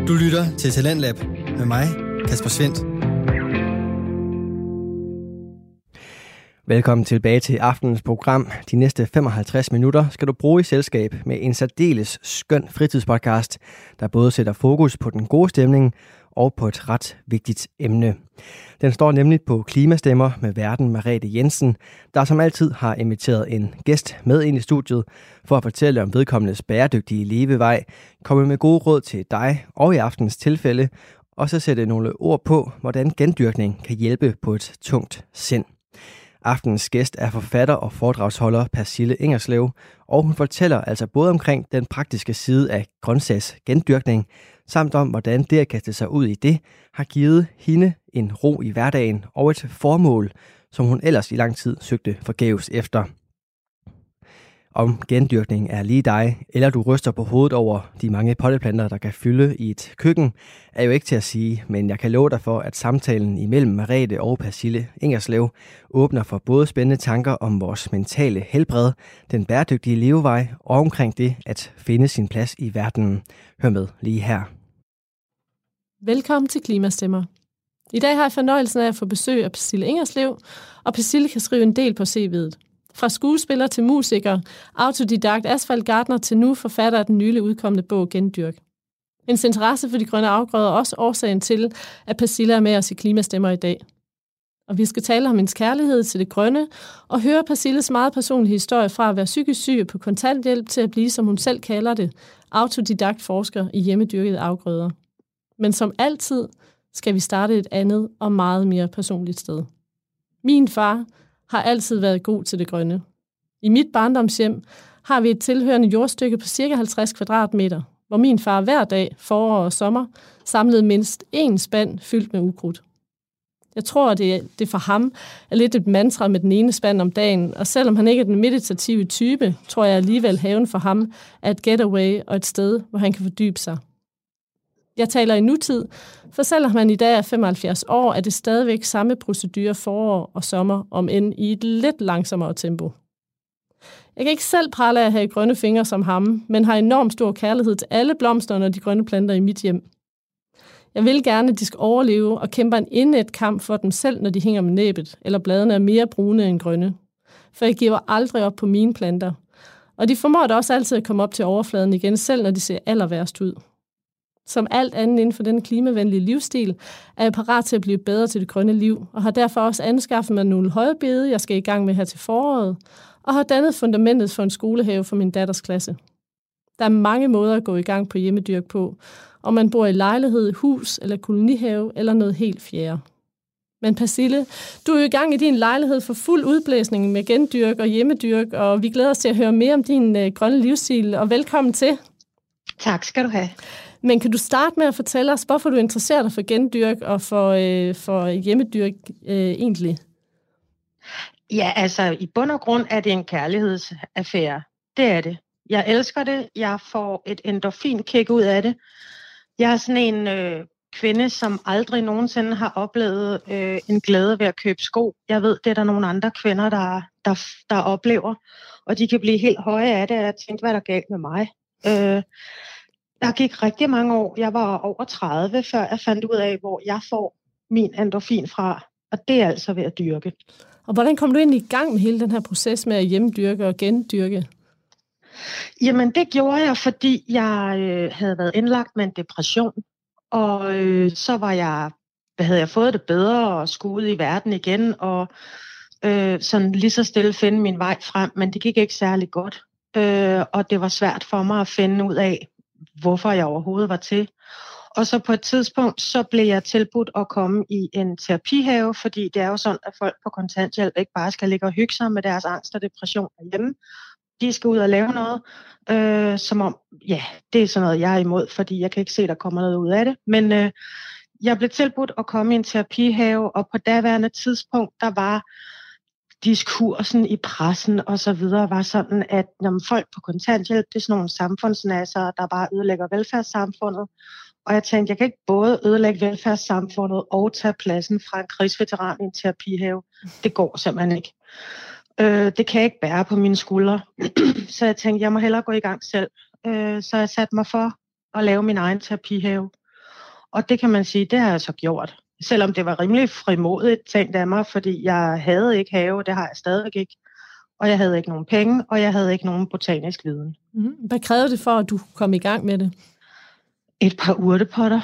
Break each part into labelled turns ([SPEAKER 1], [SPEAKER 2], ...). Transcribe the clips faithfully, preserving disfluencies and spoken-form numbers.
[SPEAKER 1] Du lytter til Talentlab med mig, Kasper Svendt.
[SPEAKER 2] Velkommen tilbage til aftenens program. De næste femoghalvtreds minutter skal du bruge i selskab med en særdeles skøn fritidspodcast, der både sætter fokus på den gode stemning og på et ret vigtigt emne. Den står nemlig på Klimastemmer med værten Merete Jensen, der som altid har inviteret en gæst med ind i studiet for at fortælle om vedkommendes bæredygtige levevej, komme med gode råd til dig og i aftens tilfælde, og så sætte nogle ord på, hvordan gendyrkning kan hjælpe på et tungt sind. Aftenens gæst er forfatter og foredragsholder Persille Ingerslev, og hun fortæller altså både omkring den praktiske side af grøntsagsgendyrkning, samt om hvordan det at kaste sig ud i det har givet hende en ro i hverdagen og et formål, som hun ellers i lang tid søgte forgæves efter. Om gendyrkning er lige dig, eller du ryster på hovedet over de mange potteplanter, der kan fylde i et køkken, er jo ikke til at sige, men jeg kan love dig for, at samtalen imellem Merete og Persille Ingerslev åbner for både spændende tanker om vores mentale helbred, den bæredygtige levevej og omkring det at finde sin plads i verdenen. Hør med lige her.
[SPEAKER 3] Velkommen til Klimastemmer. I dag har jeg fornøjelsen af at få besøg af Persille Ingerslev, og Persille kan skrive en del på C V'et. Fra skuespiller til musiker, autodidakt asfaltgartner til nu forfatter af den nylig udkommende bog Gendyrk. Hendes interesse for de grønne afgrøder er også årsagen til, at Persille er med os i Klimastemmer i dag. Og vi skal tale om hendes kærlighed til det grønne, og høre Persilles meget personlige historie fra at være psykisk syg på kontanthjælp til at blive, som hun selv kalder det, autodidakt forsker i hjemmedyrkede afgrøder. Men som altid skal vi starte et andet og meget mere personligt sted. Min far har altid været god til det grønne. I mit barndomshjem har vi et tilhørende jordstykke på cirka halvtreds kvadratmeter, hvor min far hver dag, forår og sommer, samlede mindst én spand fyldt med ukrudt. Jeg tror, det, det for ham er lidt et mantra med den ene spand om dagen, og selvom han ikke er den meditative type, tror jeg alligevel haven for ham er et getaway og et sted, hvor han kan fordybe sig. Jeg taler i nutid, for selvom man i dag er femoghalvfjerds år, er det stadigvæk samme procedure forår og sommer, om end i et lidt langsommere tempo. Jeg kan ikke selv prale af at have grønne fingre som ham, men har enormt stor kærlighed til alle blomsterne og de grønne planter i mit hjem. Jeg vil gerne, at de skal overleve og kæmper en indet kamp for dem selv, når de hænger med næbet, eller bladene er mere brune end grønne. For jeg giver aldrig op på mine planter. Og de formår da også altid at komme op til overfladen igen, selv når de ser aller værst ud. Som alt andet inden for den klimavenlige livsstil, er jeg parat til at blive bedre til det grønne liv, og har derfor også anskaffet mig nogle højbede, jeg skal i gang med her til foråret, og har dannet fundamentet for en skolehave for min datters klasse. Der er mange måder at gå i gang på hjemmedyrk på, om man bor i lejlighed, hus eller kolonihave eller noget helt fjerde. Men Persille, du er jo i gang i din lejlighed for fuld udblæsning med gendyrk og hjemmedyrk, og vi glæder os til at høre mere om din øh, grønne livsstil, og velkommen til.
[SPEAKER 4] Tak skal du have.
[SPEAKER 3] Men kan du starte med at fortælle os, hvorfor du interesserer dig for gendyrk og for, øh, for hjemmedyrk øh, egentlig?
[SPEAKER 4] Ja, altså i bund og grund er det en kærlighedsaffære. Det er det. Jeg elsker det. Jeg får et endorfinkick ud af det. Jeg er sådan en øh, kvinde, som aldrig nogensinde har oplevet øh, en glæde ved at købe sko. Jeg ved, det er der nogle andre kvinder, der, der, der oplever. Og de kan blive helt høje af det, og jeg tænkte, hvad er der galt med mig? Øh, Der gik rigtig mange år. Jeg var over tredive, før jeg fandt ud af, hvor jeg får min endorfin fra. Og det er altså ved at dyrke.
[SPEAKER 3] Og hvordan kom du ind i gang med hele den her proces med at hjemmedyrke og gendyrke?
[SPEAKER 4] Jamen det gjorde jeg, fordi jeg øh, havde været indlagt med en depression. Og øh, så var jeg, hvad havde jeg fået det bedre og skulle ud i verden igen. Og øh, sådan lige så stille finde min vej frem. Men det gik ikke særlig godt. Øh, og det var svært for mig at finde ud af, hvorfor jeg overhovedet var til. Og så på et tidspunkt, så blev jeg tilbudt at komme i en terapihave, fordi det er jo sådan, at folk på kontanthjælp ikke bare skal ligge og hygge sig med deres angst og depression derhjemme. De skal ud og lave noget, øh, som om, ja, det er sådan noget, jeg er imod, fordi jeg kan ikke se, der kommer noget ud af det. Men øh, jeg blev tilbudt at komme i en terapihave, og på daværende tidspunkt, der var diskursen i pressen og så videre var sådan, at når folk på kontanthjælp, det er sådan nogle samfundsnasser, der bare ødelægger velfærdssamfundet. Og jeg tænkte, jeg kan ikke både ødelægge velfærdssamfundet og tage pladsen fra en krigsveteran i en terapihave. Det går simpelthen ikke. Øh, det kan jeg ikke bære på mine skuldre. Så jeg tænkte, jeg må hellere gå i gang selv. Øh, så jeg satte mig for at lave min egen terapihave. Og det kan man sige, det har jeg så gjort. Selvom det var rimelig frimodigt tænkt af mig, fordi jeg havde ikke have, det har jeg stadig ikke. Og jeg havde ikke nogen penge, og jeg havde ikke nogen botanisk viden.
[SPEAKER 3] Mm. Hvad krævede det for, at du kom i gang med det?
[SPEAKER 4] Et par urtepotter.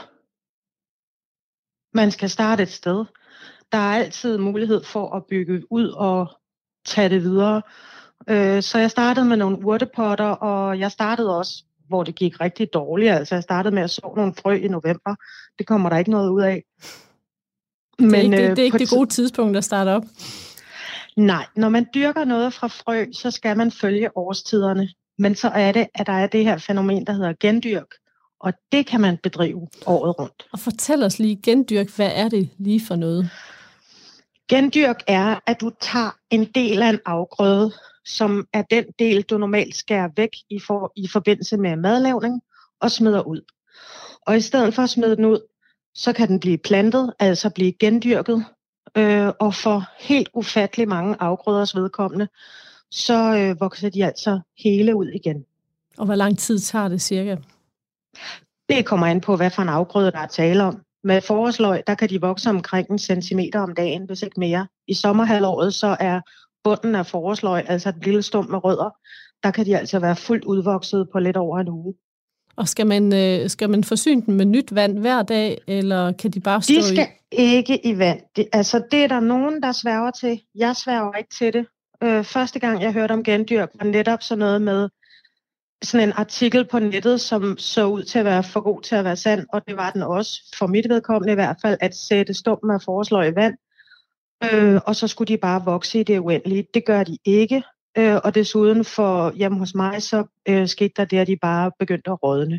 [SPEAKER 4] Man skal starte et sted. Der er altid mulighed for at bygge ud og tage det videre. Så jeg startede med nogle urtepotter, og jeg startede også, hvor det gik rigtig dårligt. Altså jeg startede med at så nogle frø i november. Det kommer der ikke noget ud af.
[SPEAKER 3] Men, det er ikke, det, det, er ikke det gode tidspunkt at starte op?
[SPEAKER 4] Nej, når man dyrker noget fra frø, så skal man følge årstiderne. Men så er det, at der er det her fænomen, der hedder gendyrk. Og det kan man bedrive året rundt.
[SPEAKER 3] Og fortæl os lige, gendyrk, hvad er det lige for noget?
[SPEAKER 4] Gendyrk er, at du tager en del af en afgrøde, som er den del, du normalt skærer væk i, for, i forbindelse med madlavning, og smider ud. Og i stedet for at smide den ud, så kan den blive plantet, altså blive gendyrket, øh, og for helt ufattelig mange afgrøders vedkommende, så øh, vokser de altså hele ud igen.
[SPEAKER 3] Og hvor lang tid tager det cirka?
[SPEAKER 4] Det kommer an på, hvad for en afgrøde, der er tale om. Med forårsløg, der kan de vokse omkring en centimeter om dagen, hvis ikke mere. I sommerhalvåret, så er bunden af forårsløg, altså et lille stump med rødder, der kan de altså være fuldt udvokset på lidt over en uge.
[SPEAKER 3] Og skal man, øh, skal man forsyne dem med nyt vand hver dag, eller kan de bare stå i?
[SPEAKER 4] De skal i? ikke i vand. Det, altså, det er der nogen, der sværger til. Jeg sværger ikke til det. Øh, første gang, jeg hørte om gendyrk, var netop sådan noget med sådan en artikel på nettet, som så ud til at være for god til at være sand, og det var den også, for mit vedkommende i hvert fald, at sætte stumpen af forårsløg i vand, øh, og så skulle de bare vokse i det uendelige. Det gør de ikke, øh, og desuden for hjemme hos mig, så øh, skete der det, at de bare begyndte at rådne.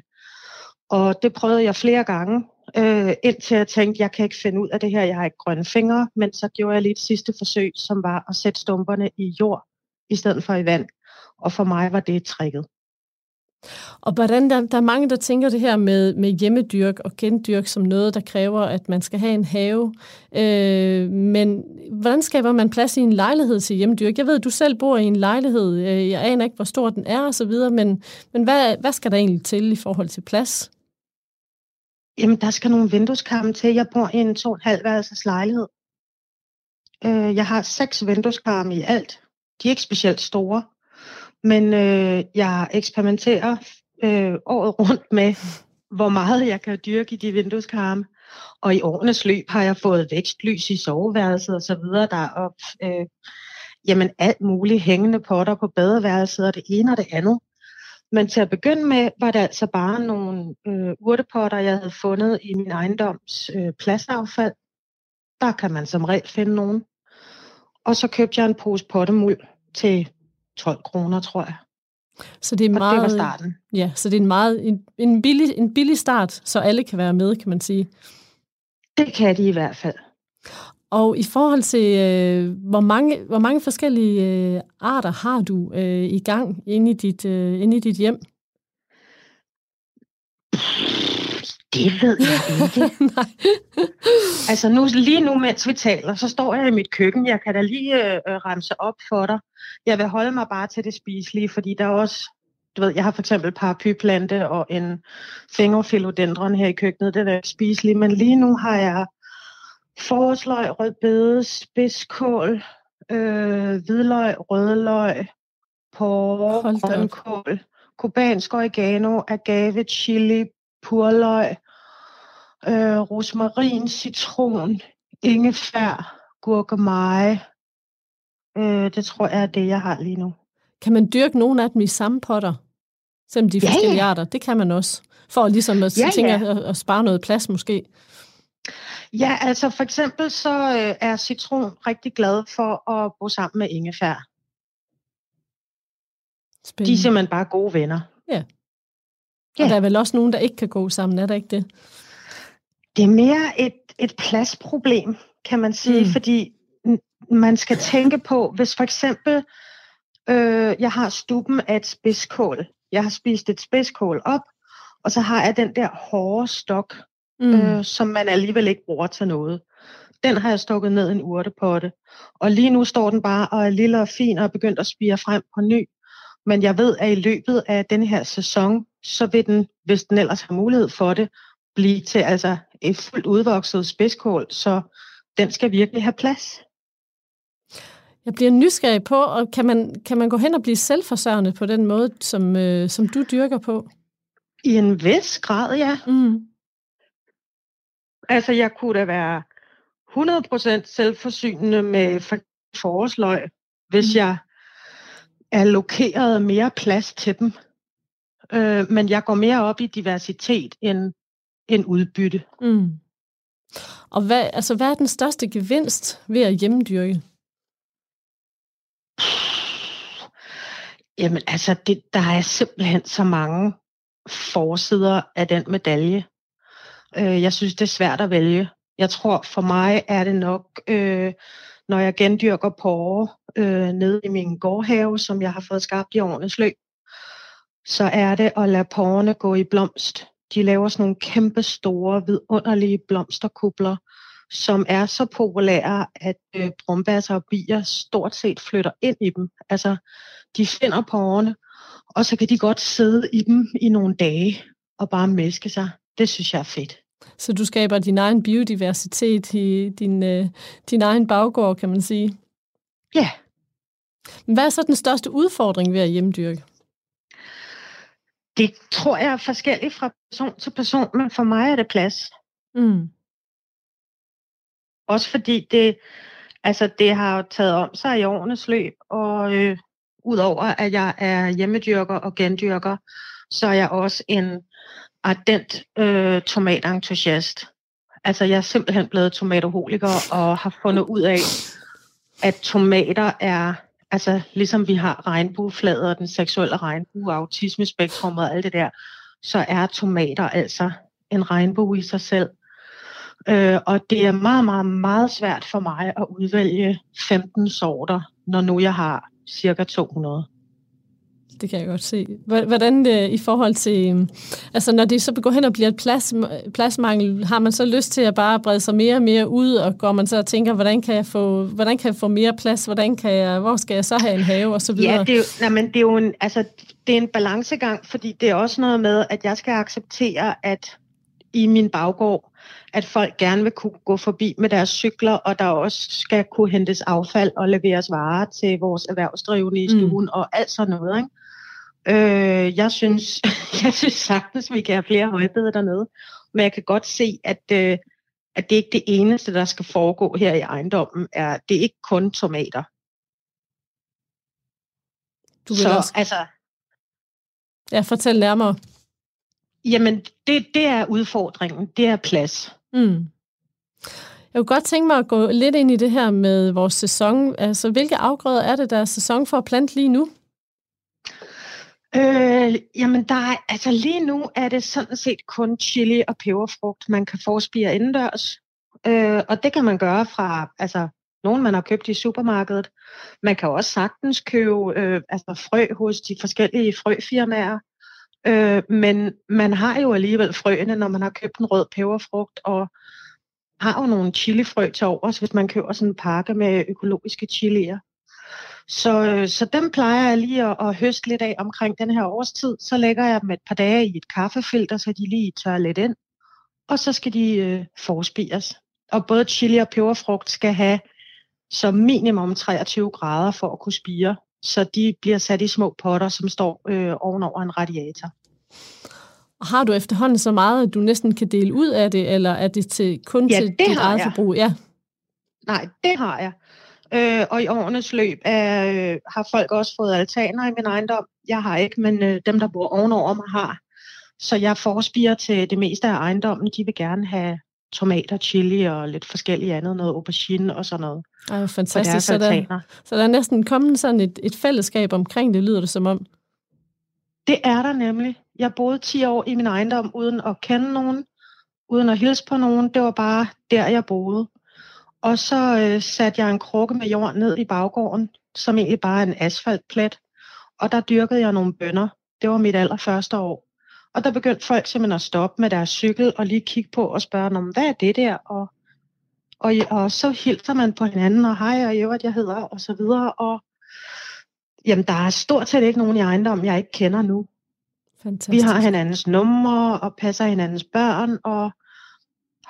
[SPEAKER 4] Og det prøvede jeg flere gange, øh, indtil jeg tænkte, jeg kan ikke finde ud af det her, jeg har ikke grønne fingre, men så gjorde jeg lige et sidste forsøg, som var at sætte stumperne i jord, i stedet for i vand, og for mig var det tricket.
[SPEAKER 3] Og hvordan der, der er mange, der tænker det her med, med hjemmedyrk og gendyrk som noget, der kræver, at man skal have en have. Øh, men hvordan skaber man plads i en lejlighed til hjemmedyrk? Jeg ved, du selv bor i en lejlighed. Jeg aner ikke, hvor stor den er og så videre, men, men hvad, hvad skal der egentlig til i forhold til plads?
[SPEAKER 4] Jamen, der skal nogle vindueskarme til. Jeg bor i en to og en halv værelses lejlighed. Øh, jeg har seks vindueskarme i alt. De er ikke specielt store. Men øh, jeg eksperimenterer øh, året rundt med, hvor meget jeg kan dyrke i de vindueskarme. Og i årenes løb har jeg fået vækstlys i soveværelset og så videre. Der er øh, jamen alt muligt hængende potter på badeværelset og det ene og det andet. Men til at begynde med var det altså bare nogle øh, urtepotter, jeg havde fundet i min ejendoms øh, plastaffald. Der kan man som regel finde nogen. Og så købte jeg en pose pottemuld til tolv kroner, tror jeg.
[SPEAKER 3] Så det er meget,
[SPEAKER 4] og det var starten.
[SPEAKER 3] Ja, så det er en meget en, en, billig, en billig start, så alle kan være med, kan man sige.
[SPEAKER 4] Det kan de i hvert fald.
[SPEAKER 3] Og i forhold til, øh, hvor, mange, hvor mange forskellige øh, arter har du øh, i gang inde i dit, øh, inde i dit hjem?
[SPEAKER 4] Det ved jeg ikke.
[SPEAKER 3] Nej.
[SPEAKER 4] Altså nu, lige nu, mens vi taler, så står jeg i mit køkken. Jeg kan da lige øh, remse op for dig. Jeg vil holde mig bare til det spiselige, fordi der er også, du ved, jeg har for eksempel paraplyplante og en fingerphilodendron her i køkkenet. Det er spiseligt, men lige nu har jeg forårsløg, rødbede, spidskål, øh, hvidløg, rødløg, porre, grønkål, kubansk oregano, agave, chili, purløg, øh, rosmarin, citron, ingefær, gurkemeje. Øh, det tror jeg er det, jeg har lige nu.
[SPEAKER 3] Kan man dyrke nogle af dem i samme potter? Selvom de er
[SPEAKER 4] ja,
[SPEAKER 3] forskellige
[SPEAKER 4] ja.
[SPEAKER 3] arter. Det kan man også. For ligesom at, ja, tænke,
[SPEAKER 4] ja.
[SPEAKER 3] at, at spare noget plads måske.
[SPEAKER 4] Ja, altså for eksempel så øh, er citron rigtig glad for at bo sammen med ingefær. Spændende. De er simpelthen bare gode venner.
[SPEAKER 3] Ja. Og ja. Der er vel også nogen, der ikke kan gå sammen, er der ikke det?
[SPEAKER 4] Det er mere et, et pladsproblem, kan man sige, mm. fordi man skal tænke på, hvis for eksempel øh, jeg har stuppen af et spidskål. Jeg har spist et spidskål op, og så har jeg den der hårde stok, mm. øh, som man alligevel ikke bruger til noget. Den har jeg stukket ned i en urtepotte, og lige nu står den bare og er lille og fin og er begyndt at spire frem på ny. Men jeg ved, at i løbet af den her sæson, så vil den, hvis den ellers har mulighed for det, blive til altså et fuldt udvokset spidskål, så den skal virkelig have plads.
[SPEAKER 3] Jeg bliver nysgerrig på, og kan man, kan man gå hen og blive selvforsørgende på den måde, som, øh, som du dyrker på?
[SPEAKER 4] I en vis grad, ja.
[SPEAKER 3] Mm.
[SPEAKER 4] Altså, jeg kunne da være hundrede procent selvforsynende med forårsløg, hvis mm. jeg allokerede mere plads til dem. Øh, men jeg går mere op i diversitet end, end udbytte.
[SPEAKER 3] Mm. Og hvad, altså, hvad er den største gevinst ved at hjemmedyrke?
[SPEAKER 4] Jamen, altså, det, der er simpelthen så mange forsider af den medalje. Øh, jeg synes, det er svært at vælge. Jeg tror, for mig er det nok, øh, når jeg gendyrker porre øh, nede i min gårdhave, som jeg har fået skabt i årenes løb, så er det at lade porrerne gå i blomst. De laver sådan nogle kæmpe store, vidunderlige blomsterkubler, som er så populære, at øh, brumbasser og bier stort set flytter ind i dem. Altså, de finder porrerne, og så kan de godt sidde i dem i nogle dage og bare mælke sig. Det synes jeg er fedt.
[SPEAKER 3] Så du skaber din egen biodiversitet i din, øh, din egen baggård, kan man sige?
[SPEAKER 4] Ja.
[SPEAKER 3] Hvad er så den største udfordring ved at hjemmedyrke?
[SPEAKER 4] Det tror jeg er forskelligt fra person til person, men for mig er det plads.
[SPEAKER 3] Mm.
[SPEAKER 4] Også fordi det, altså det har taget om sig i årenes løb, og øh, udover at jeg er hjemmedyrker og gendyrker, så er jeg også en ardent øh, tomatentusiast. Altså jeg er simpelthen blevet tomatoholiker og har fundet ud af, at tomater er, altså ligesom vi har regnbueflaget og den seksuelle regnbue, autismespektrum og alt det der, så er tomater altså en regnbue i sig selv. Øh, og det er meget, meget, meget svært for mig at udvælge femten sorter, når nu jeg har cirka to hundrede.
[SPEAKER 3] Det kan jeg godt se. Hvordan det i forhold til, altså når det så går hen og bliver et plads, pladsmangel, har man så lyst til at bare brede sig mere og mere ud, og går man så og tænker, hvordan kan jeg få, hvordan kan jeg få mere plads, hvordan kan jeg, hvor skal jeg så have en have og så videre?
[SPEAKER 4] Ja, det er jo, nej, men det er jo en, altså, det er en balancegang, fordi det er også noget med, at jeg skal acceptere, at i min baggård, at folk gerne vil kunne gå forbi med deres cykler, og der også skal kunne hentes affald og leveres varer til vores erhvervsdrivende i stuen, mm. og alt sådan noget, ikke? Øh, jeg synes, jeg synes sagtens, vi kan have flere højbede dernede, men jeg kan godt se, at, øh, at det ikke det eneste, der skal foregå her i ejendommen, er, det er ikke kun tomater.
[SPEAKER 3] Du vil
[SPEAKER 4] Så
[SPEAKER 3] også...
[SPEAKER 4] altså...
[SPEAKER 3] Ja, fortæl nærmere.
[SPEAKER 4] Jamen, det, det er udfordringen. Det er plads.
[SPEAKER 3] Mm. Jeg kunne godt tænke mig at gå lidt ind i det her med vores sæson. Altså, hvilke afgrøder er det, der er sæson for at plante lige nu?
[SPEAKER 4] Øh, jamen, der er, altså lige nu er det sådan set kun chili og peberfrugt, man kan forspire indendørs. Øh, og det kan man gøre fra, altså, nogen man har købt i supermarkedet. Man kan også sagtens købe øh, altså, frø hos de forskellige frøfirmaer. Øh, men man har jo alligevel frøene, når man har købt en rød peberfrugt, og har jo nogle chilifrø til overs, hvis man køber sådan en pakke med økologiske chilier. Så, så dem plejer jeg lige at, at høste lidt af omkring den her årstid. Så lægger jeg dem et par dage i et kaffefilter, så de lige tørrer lidt ind. Og så skal de øh, forspires. Og både chili og peberfrugt skal have som minimum treogtyve grader for at kunne spire. Så de bliver sat i små potter, som står øh, ovenover en radiator.
[SPEAKER 3] Og har du efterhånden så meget, at du næsten kan dele ud af det, eller er det til, kun
[SPEAKER 4] ja,
[SPEAKER 3] til dit eget forbrug? Ja,
[SPEAKER 4] nej, det har jeg. Øh, og i årenes løb er, øh, har folk også fået altaner i min ejendom. Jeg har ikke, men øh, dem, der bor ovenover mig, har. Så jeg forspirer til det meste af ejendommen. De vil gerne have tomater, chili og lidt forskelligt andet, noget aubergine og sådan noget.
[SPEAKER 3] Ej, fantastisk. Så der, så der er næsten kommet sådan et, et fællesskab omkring det, lyder det som om.
[SPEAKER 4] Det er der nemlig. Jeg boede ti år i min ejendom uden at kende nogen, uden at hilse på nogen. Det var bare der, jeg boede. Og så øh, satte jeg en krukke med jord ned i baggården, som egentlig bare er en asfaltplet. Og der dyrkede jeg nogle bønner. Det var mit allerførste år. Og der begyndte folk simpelthen at stoppe med deres cykel og lige kigge på og spørge, hvad er det der? Og, og, og så hilser man på hinanden, og hej, og øvrigt, jeg hedder, og så videre. Og jamen, der er stort set ikke nogen i ejendommen, jeg ikke kender nu.
[SPEAKER 3] Fantastisk.
[SPEAKER 4] Vi har hinandens numre og passer hinandens børn, og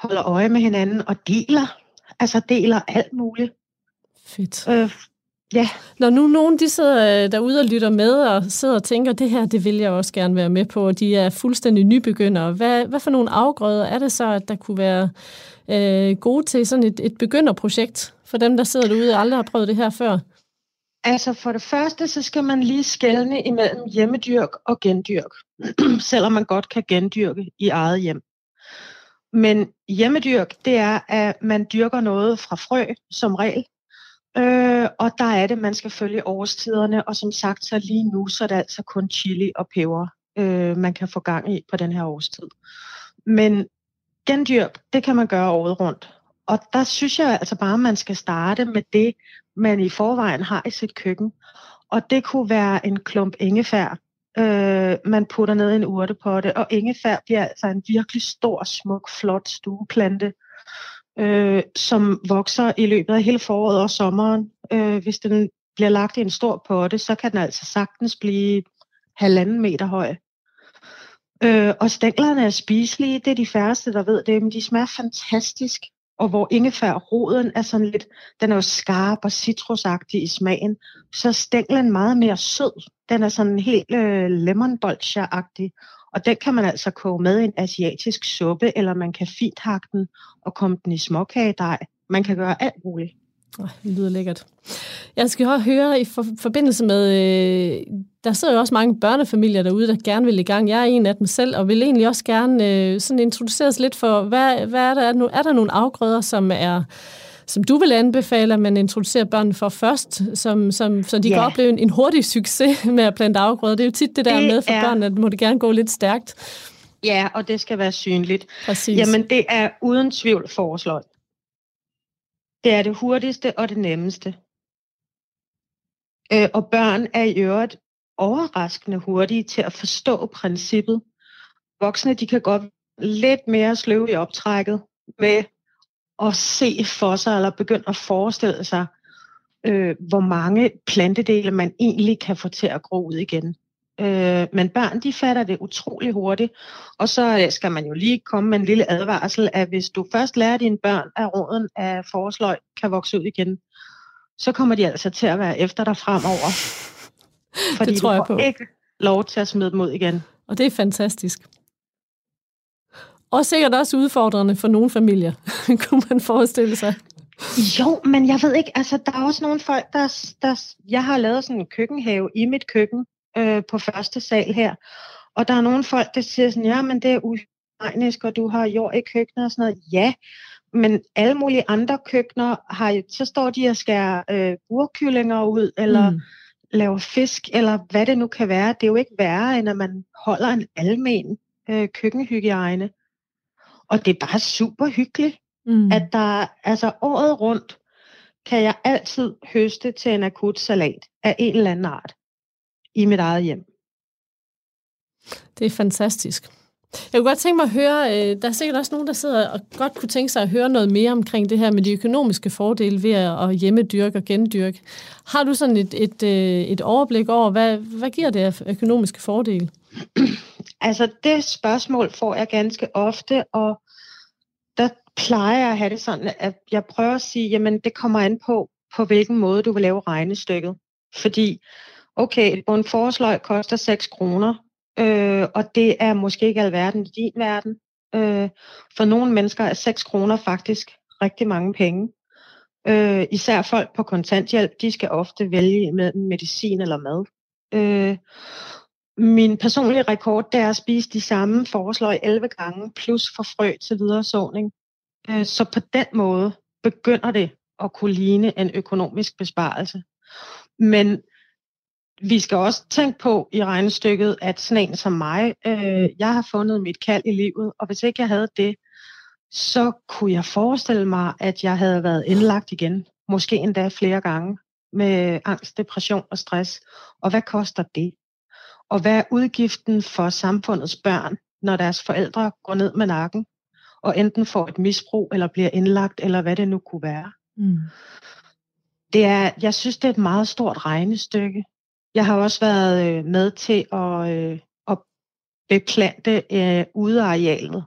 [SPEAKER 4] holder øje med hinanden og deler. Altså deler alt muligt.
[SPEAKER 3] Fedt.
[SPEAKER 4] Øh, ja.
[SPEAKER 3] Når nu nogen de sidder derude og lytter med og sidder og tænker, det her, det vil jeg også gerne være med på, og de er fuldstændig nybegyndere. Hvad, hvad for nogle afgrøder er det så, at der kunne være øh, gode til sådan et, et begynderprojekt for dem, der sidder derude og aldrig har prøvet det her før?
[SPEAKER 4] Altså for det første, så skal man lige skelne imellem hjemmedyrk og gendyrk, selvom man godt kan gendyrke i eget hjem. Men hjemmedyrk, det er, at man dyrker noget fra frø som regel, øh, og der er det, man skal følge årstiderne, og som sagt, så lige nu, så er det altså kun chili og peber, øh, man kan få gang i på den her årstid. Men gendyrk, det kan man gøre året rundt. Og der synes jeg altså bare, at man skal starte med det, man i forvejen har i sit køkken. Og det kunne være en klump ingefær, øh, man putter ned i en urtepotte. Og ingefær bliver altså en virkelig stor, smuk, flot stueplante, øh, som vokser i løbet af hele foråret og sommeren. Øh, hvis den bliver lagt i en stor potte, så kan den altså sagtens blive halvanden meter høj. Øh, og stænglerne er spiselige, det er de færreste, der ved det, men de smager fantastisk. Og hvor ingefærroden er sådan lidt, den er jo skarp og citrusagtig i smagen, så er stænglen meget mere sød. Den er sådan helt øh, lemon-bolsjer-agtig, og den kan man altså koge med i en asiatisk suppe, eller man kan fint hakke den og komme den i småkagedej. Man kan gøre alt muligt.
[SPEAKER 3] Oh, det lyder lækkert. Jeg skal også høre i for, forbindelse med, øh, der sidder jo også mange børnefamilier derude, der gerne vil i gang. Jeg er en af dem selv, og vil egentlig også gerne øh, sådan introduceres lidt for, hvad, hvad er der? Er der, er der nogle afgrøder, som er, som du vil anbefale, at man introducerer børnene for først, som, som, så de yeah. kan opleve en, en hurtig succes med at plante afgrøder? Det er jo tit det der det med for er... børnene, at må det gerne gå lidt stærkt.
[SPEAKER 4] Ja, og det skal være synligt.
[SPEAKER 3] Præcis.
[SPEAKER 4] Jamen, det er uden tvivl foreslået. Det er det hurtigste og det nemmeste. Øh, og børn er i øvrigt overraskende hurtige til at forstå princippet. Voksne, de kan godt lidt mere sløve i optrækket med at se for sig, eller begynde at forestille sig, øh, hvor mange plantedele man egentlig kan få til at gro ud igen. Øh, men børn, de fatter det utrolig hurtigt, og så skal man jo lige komme med en lille advarsel, at hvis du først lærer dine børn, at roden af forårsløg kan vokse ud igen, så kommer de altså til at være efter dig fremover. Fordi
[SPEAKER 3] det tror jeg
[SPEAKER 4] du får
[SPEAKER 3] på.
[SPEAKER 4] Ikke lov til at smide dem ud igen.
[SPEAKER 3] Og det er fantastisk. Og sikkert også udfordrende for nogle familier, kunne man forestille sig.
[SPEAKER 4] Jo, men jeg ved ikke, altså der er også nogle folk, der, der jeg har lavet sådan en køkkenhave i mit køkken, Øh, på første sal her. Og der er nogle folk, der siger sådan, ja, men det er uhygienisk, og du har jord i køkkenet og sådan noget. Ja, men alle mulige andre køkkener har jo, så står de og skærer øh, burkyllinger ud, eller mm. laver fisk, eller hvad det nu kan være. Det er jo ikke værre, end at man holder en almen øh, køkkenhygiejne. Og det er bare super hyggeligt, mm. at der, altså året rundt, kan jeg altid høste til en akut salat af en eller anden art i mit eget hjem.
[SPEAKER 3] Det er fantastisk. Jeg kunne godt tænke mig at høre, der er sikkert også nogen, der sidder og godt kunne tænke sig at høre noget mere omkring det her med de økonomiske fordele ved at hjemmedyrke og gendyrke. Har du sådan et, et, et overblik over, hvad, hvad giver det af økonomiske fordele?
[SPEAKER 4] Altså det spørgsmål får jeg ganske ofte, og der plejer jeg at have det sådan, at jeg prøver at sige, jamen det kommer an på, på hvilken måde du vil lave regnestykket. Fordi okay, en forårsløg koster seks kroner, øh, og det er måske ikke alverden i din verden. Øh, for nogle mennesker er seks kroner faktisk rigtig mange penge. Øh, især folk på kontanthjælp, de skal ofte vælge mellem medicin eller mad. Øh, min personlige rekord, det er at spise de samme forårsløg elleve gange, plus for frø til videresåning. Øh, så på den måde begynder det at kunne ligne en økonomisk besparelse. Men vi skal også tænke på i regnestykket, at sådan en som mig, øh, jeg har fundet mit kald i livet, og hvis ikke jeg havde det, så kunne jeg forestille mig, at jeg havde været indlagt igen, måske endda flere gange, med angst, depression og stress. Og hvad koster det? Og hvad er udgiften for samfundets børn, når deres forældre går ned med nakken, og enten får et misbrug, eller bliver indlagt, eller hvad det nu kunne være? Mm. Det er, jeg synes, det er et meget stort regnestykke. Jeg har også været med til at, øh, at beplante øh, udearealet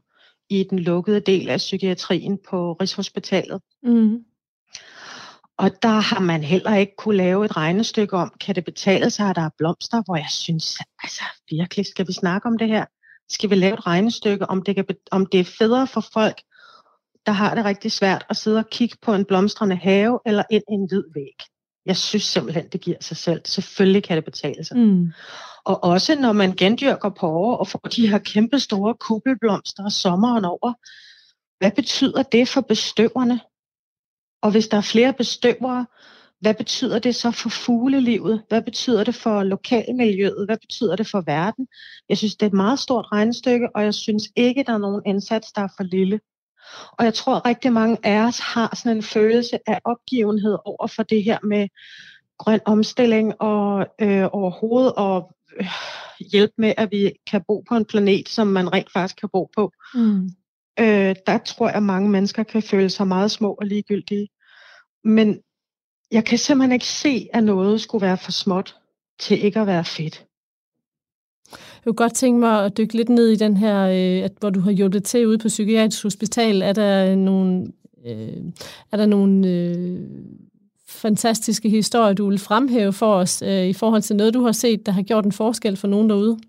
[SPEAKER 4] i den lukkede del af psykiatrien på Rigshospitalet.
[SPEAKER 3] Mm.
[SPEAKER 4] Og der har man heller ikke kunne lave et regnestykke om, kan det betale sig, at der er blomster, hvor jeg synes, altså virkelig, skal vi snakke om det her? Skal vi lave et regnestykke, om det, kan, om det er federe for folk, der har det rigtig svært at sidde og kigge på en blomstrende have eller ind i en hvid væg? Jeg synes simpelthen, det giver sig selv. Selvfølgelig kan det betale sig. Mm. Og også når man gendyrker porre og får de her kæmpe store kuppelblomster sommeren over, hvad betyder det for bestøverne? Og hvis der er flere bestøvere, hvad betyder det så for fuglelivet? Hvad betyder det for lokalmiljøet? Hvad betyder det for verden? Jeg synes, det er et meget stort regnestykke, og jeg synes ikke, der er nogen indsats, der er for lille. Og jeg tror, rigtig mange af os har sådan en følelse af opgivenhed over for det her med grøn omstilling og øh, overhovedet og øh, hjælpe med, at vi kan bo på en planet, som man rent faktisk kan bo på. Mm. Øh, der tror jeg, at mange mennesker kan føle sig meget små og ligegyldige. Men jeg kan simpelthen ikke se, at noget skulle være for småt til ikke at være fedt.
[SPEAKER 3] Jeg kunne godt tænke mig at dykke lidt ned i den her, øh, at, hvor du har hjulpet til ude på Psykiatrisk Hospital. Er der nogle, øh, er der nogle øh, fantastiske historier, du vil fremhæve for os øh, i forhold til noget, du har set, der har gjort en forskel for nogen derude?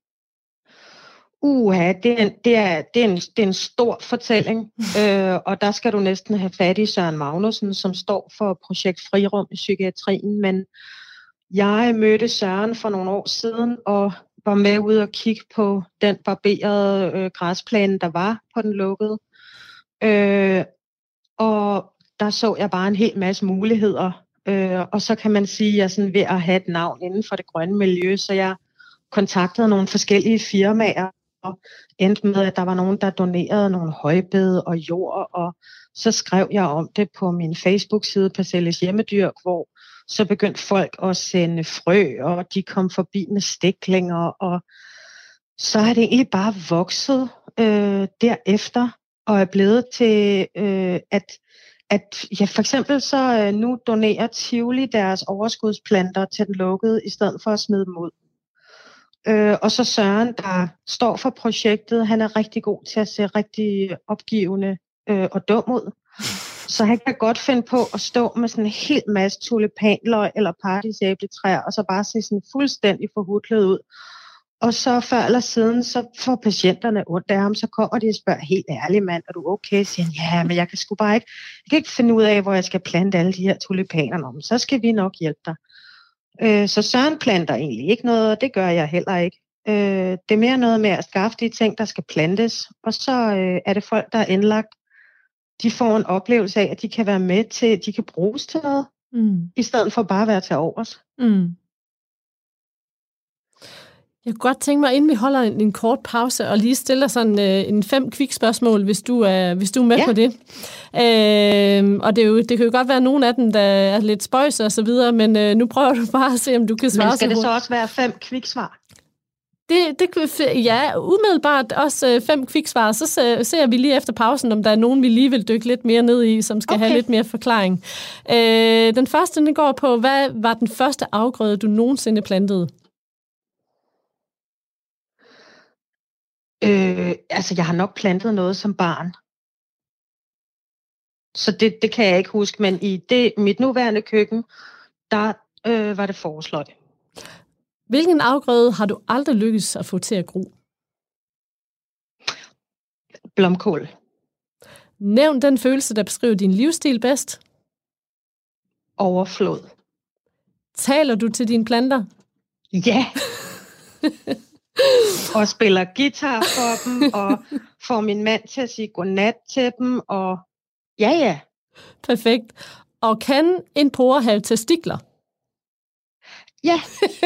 [SPEAKER 4] Uha, det er, det, er, det, er en, det er en stor fortælling, øh, og der skal du næsten have fat i Søren Magnussen, som står for projekt Frirum i psykiatrien. Men jeg mødte Søren for nogle år siden og var med ude og kigge på den barberede øh, græsplæne, der var på den lukkede. Øh, og der så jeg bare en hel masse muligheder. Øh, og så kan man sige, at jeg er sådan ved at have et navn inden for det grønne miljø, så jeg kontaktede nogle forskellige firmaer, og endte med, at der var nogen, der donerede nogle højbede og jord, og så skrev jeg om det på min Facebook-side, Parcelles Hjemmedyrk, hvor så begyndte folk at sende frø, og de kom forbi med stiklinger, og så er det egentlig bare vokset øh, derefter, og er blevet til, øh, at, at ja, for eksempel så øh, nu donerer Tivoli deres overskudsplanter til den lukkede, i stedet for at smide dem ud. Øh, og så Søren, der står for projektet, han er rigtig god til at se rigtig opgivende øh, og dum ud. Så han kan godt finde på at stå med sådan en hel masse tulipanløg eller paradisæbletræer, og så bare se sådan fuldstændig forhudlet ud. Og så før eller siden, så får patienterne ondt af ham, så kommer de og spørger, helt ærligt mand, er du okay? Siger han, ja, men jeg kan sgu bare ikke, jeg kan ikke finde ud af, hvor jeg skal plante alle de her tulipaner om. Så skal vi nok hjælpe dig. Øh, så Søren planter egentlig ikke noget, og det gør jeg heller ikke. Øh, det er mere noget med at skaffe de ting, der skal plantes, og så øh, er det folk, der er indlagt. De får en oplevelse af, at de kan være med til, de kan bruges til noget, mm. i stedet for bare at være til overs. Mm.
[SPEAKER 3] Jeg kunne godt tænke mig, inden vi holder en, en kort pause, og lige stiller sådan øh, en fem kvikspørgsmål, hvis du er, hvis du er med ja. på det. Øh, og det, er jo, det kan jo godt være nogle af dem, der er lidt spøjs og så videre, men øh, nu prøver du bare at se, om du kan svare.
[SPEAKER 4] Men skal det så også være fem kviksvar?
[SPEAKER 3] Det, det, ja, umiddelbart også fem kviksvar. Så ser vi lige efter pausen, om der er nogen, vi lige vil dykke lidt mere ned i, som skal okay. have lidt mere forklaring. Øh, den første, den går på, hvad var den første afgrøde, du nogensinde plantede?
[SPEAKER 4] Øh, altså, jeg har nok plantet noget som barn. Så det, det kan jeg ikke huske, men i det, mit nuværende køkken, der øh, var det foreslået.
[SPEAKER 3] Hvilken afgrøde har du aldrig lykkes at få til at gro?
[SPEAKER 4] Blomkål.
[SPEAKER 3] Nævn den følelse, der beskriver din livsstil bedst.
[SPEAKER 4] Overflod.
[SPEAKER 3] Taler du til dine planter?
[SPEAKER 4] Ja. Og spiller guitar for dem, og får min mand til at sige godnat til dem, og ja, ja.
[SPEAKER 3] Perfekt. Og kan en porre have testikler?
[SPEAKER 4] Ja.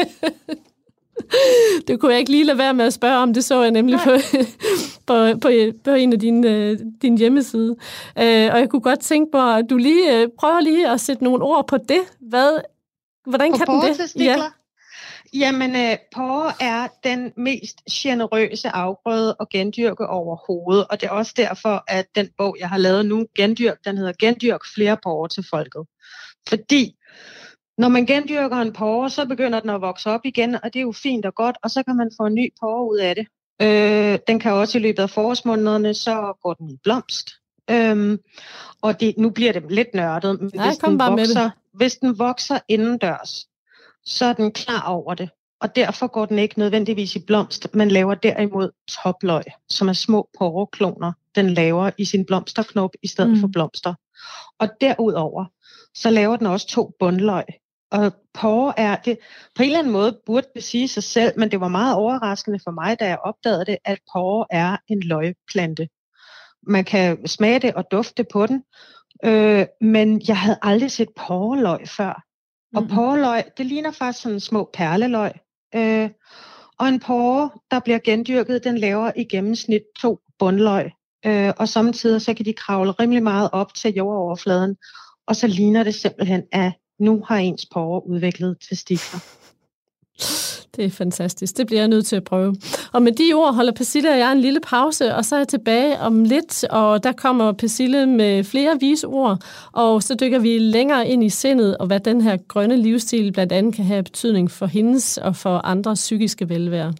[SPEAKER 3] Det kunne jeg ikke lige lade være med at spørge om, det så jeg nemlig på, på, på, på en af dine, din hjemmeside. Uh, og jeg kunne godt tænke på, at du lige uh, prøver lige at sætte nogle ord på det. Hvad, hvordan
[SPEAKER 4] på
[SPEAKER 3] kan den det?
[SPEAKER 4] Ja. Jamen, øh, porre er den mest generøse afgrøde at gendyrke overhovedet, og det er også derfor, at den bog, jeg har lavet nu, Gendyrk, den hedder Gendyrk flere porre til folket. Fordi når man gendyrker en porre, så begynder den at vokse op igen, og det er jo fint og godt, og så kan man få en ny porre ud af det. Øh, den kan også i løbet af forårsmånederne, så går den i blomst. Øhm, og det, nu bliver det lidt nørdet, men
[SPEAKER 3] Nej,
[SPEAKER 4] hvis, den vokser,
[SPEAKER 3] det.
[SPEAKER 4] hvis den vokser indendørs, så er den klar over det. Og derfor går den ikke nødvendigvis i blomst, men laver derimod topløg, som er små porrekloner, den laver i sin blomsterknop i stedet mm. for blomster. Og derudover, så laver den også to bundløg. Og porre er det, på en eller anden måde burde det sige sig selv, men det var meget overraskende for mig, da jeg opdagede det, at porre er en løgplante. Man kan smage det og dufte på den, øh, men jeg havde aldrig set porreløg før. Og mm. porreløg, det ligner faktisk sådan små perleløg. Øh, og en porre, der bliver gendyrket, den laver i gennemsnit to bundløg. Øh, og samtidig så kan de kravle rimelig meget op til jordoverfladen, og så ligner det simpelthen, at nu har ens porre udviklet testikler.
[SPEAKER 3] Det er fantastisk. Det bliver jeg nødt til at prøve. Og med de ord holder Persille og jeg en lille pause, og så er jeg tilbage om lidt, og der kommer Persille med flere vise ord, og så dykker vi længere ind i sindet, og hvad den her grønne livsstil blandt andet kan have betydning for hendes og for andres psykiske velvære.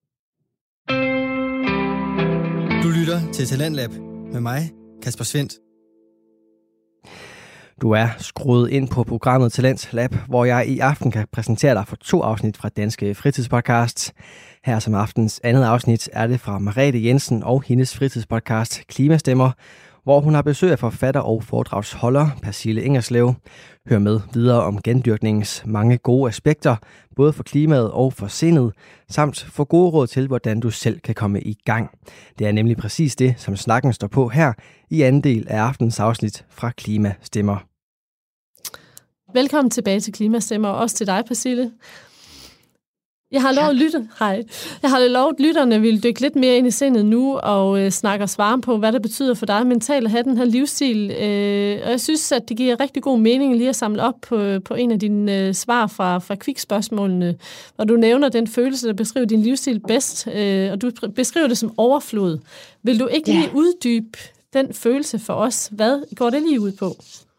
[SPEAKER 1] Du lytter til Talentlab med mig, Kasper Svendt.
[SPEAKER 2] Du er skruet ind på programmet Talentlab, hvor jeg i aften kan præsentere dig for to afsnit fra Danske Fritidspodcasts. Her som aftens andet afsnit er det fra Merete Jensen og hendes fritidspodcast Klimastemmer, hvor hun har besøg af forfatter og foredragsholder Persille Ingerslev. Hør med videre om gendyrkningens mange gode aspekter, både for klimaet og for sindet, samt få gode råd til, hvordan du selv kan komme i gang. Det er nemlig præcis det, som snakken står på her i anden del af aftens afsnit fra Klimastemmer.
[SPEAKER 3] Velkommen tilbage til Klimastemmer, og også til dig, Persille. Jeg har lovet, lytte, hej. Jeg har lovet lytterne, vil dykke lidt mere ind i sindet nu og øh, snakke og svare på, hvad det betyder for dig mentalt at have den her livsstil. Øh, og jeg synes, at det giver rigtig god mening lige at samle op på, på en af dine øh, svar fra, fra kvikspørgsmålene, hvor du nævner den følelse, der beskriver din livsstil bedst, øh, og du beskriver det som overflod. Vil du ikke lige uddybe den følelse for os? Hvad går det lige ud på?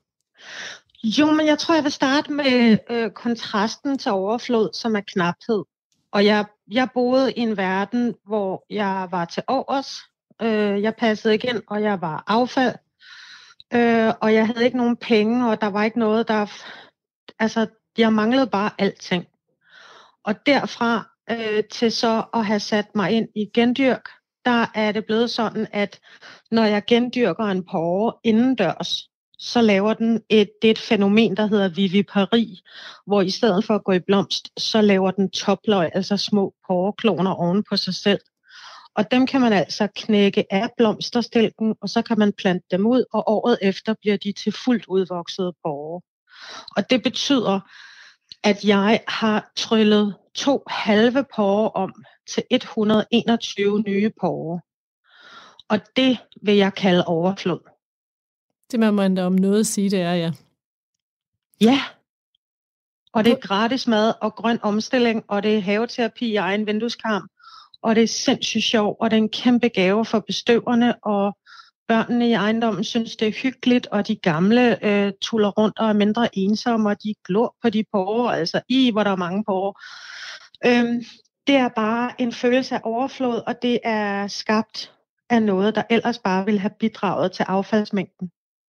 [SPEAKER 4] Jo, men jeg tror, jeg vil starte med øh, kontrasten til overflod, som er knaphed. Og jeg, jeg boede i en verden, hvor jeg var til overs. Øh, jeg passede ikke ind, og jeg var affald. Øh, og jeg havde ikke nogen penge, og der var ikke noget, der... Altså, jeg manglede bare alting. Og derfra øh, til så at have sat mig ind i gendyrk, der er det blevet sådan, at når jeg gendyrker en porre indendørs, så laver den et, det er et fænomen, der hedder vivipari, hvor i stedet for at gå i blomst, så laver den topløg, altså små porrekloner oven på sig selv. Og dem kan man altså knække af blomsterstilken, og så kan man plante dem ud, og året efter bliver de til fuldt udvoksede porre. Og det betyder, at jeg har tryllet to halve porre om til et hundrede og enogtyve nye porre. Og det vil jeg kalde overflod.
[SPEAKER 3] Det må man da om noget sige, det er, ja.
[SPEAKER 4] Ja, og det er gratis mad og grøn omstilling, og det er haveterapi i egen vindueskarm, og det er sindssygt sjov, og det er en kæmpe gave for bestøverne, og børnene i ejendommen synes, det er hyggeligt, og de gamle øh, tuller rundt og er mindre ensomme, og de glor på de porre, altså i, hvor der er mange porre. Øhm, det er bare en følelse af overflod, og det er skabt af noget, der ellers bare ville have bidraget til affaldsmængden.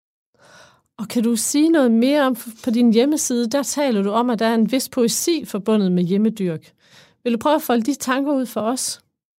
[SPEAKER 3] Og kan du sige noget mere om, på din hjemmeside, der taler du om, at der er en vis poesi forbundet med hjemmedyrk. Vil du prøve at folde de tanker ud for os?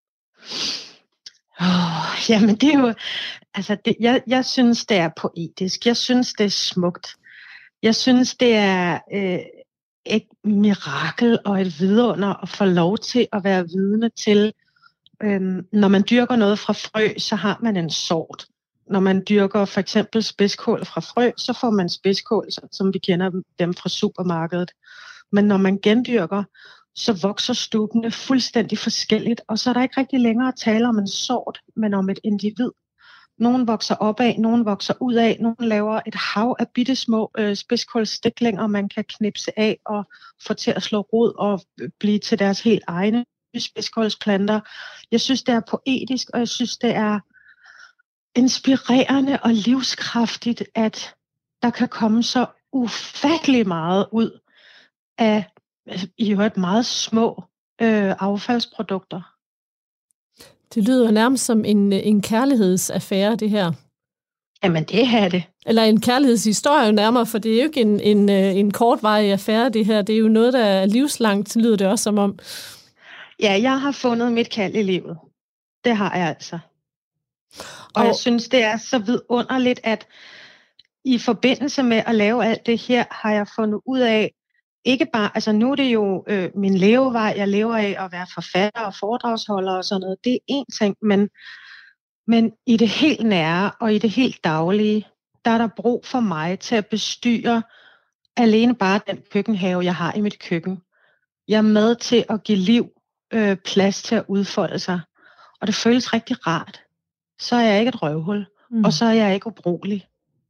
[SPEAKER 4] Oh, jamen det er jo, altså det, jeg, jeg synes det er poetisk, jeg synes det er smukt. Jeg synes det er øh, et mirakel og et vidunder at få lov til at være vidne til, øh, når man dyrker noget fra frø, så har man en sort. Når man dyrker for eksempel spidskål fra frø, så får man spidskål, som vi kender dem fra supermarkedet. Men når man gendyrker, så vokser stubbene fuldstændig forskelligt, og så er der ikke rigtig længere at tale om en sort, men om et individ. Nogle vokser opad, nogle vokser udad, nogle laver et hav af bittesmå øh, spidskålstiklinger, man kan knipse af og få til at slå rod og blive til deres helt egne spidskålsplanter. Jeg synes, det er poetisk, og jeg synes, det er inspirerende og livskraftigt, at der kan komme så ufattelig meget ud af i øvrigt meget små øh, affaldsprodukter.
[SPEAKER 3] Det lyder nærmest som en, en kærlighedsaffære, det her.
[SPEAKER 4] Jamen, det er det.
[SPEAKER 3] Eller en kærlighedshistorie nærmere, for det er jo ikke en, en, en kortvarig affære, det her. Det er jo noget, der er livslangt, lyder det også som om.
[SPEAKER 4] Ja, jeg har fundet mit kald i livet. Det har jeg altså. Og, og jeg synes, det er så vidunderligt, at i forbindelse med at lave alt det her, har jeg fundet ud af, ikke bare, altså nu er det jo øh, min levevej, jeg lever af at være forfatter og foredragsholder og sådan noget. Det er én ting, men, men i det helt nære og i det helt daglige, der er der brug for mig til at bestyre alene bare den køkkenhave, jeg har i mit køkken. Jeg er med til at give liv øh, plads til at udfolde sig. Og det føles rigtig rart. Så er jeg ikke et røvhul, mm. og så er jeg ikke ubrugelig.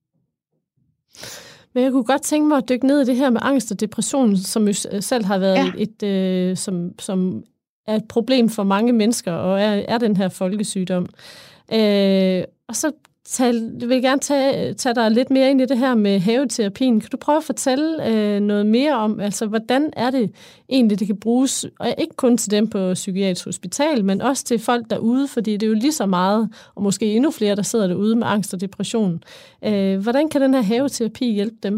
[SPEAKER 3] Men jeg kunne godt tænke mig at dykke ned i det her med angst og depression, som jo selv har været ja. et, et øh, som, som er et problem for mange mennesker, og er, er den her folkesygdom. Øh, og så tal, vil jeg gerne tage, tage dig lidt mere ind i det her med haveterapien. Kan du prøve at fortælle øh, noget mere om, altså hvordan er det egentlig, det kan bruges, og ikke kun til dem på psykiatrisk hospital, men også til folk derude, fordi det er jo lige så meget, og måske endnu flere, der sidder derude med angst og depression. Øh, hvordan kan den her haveterapi hjælpe dem?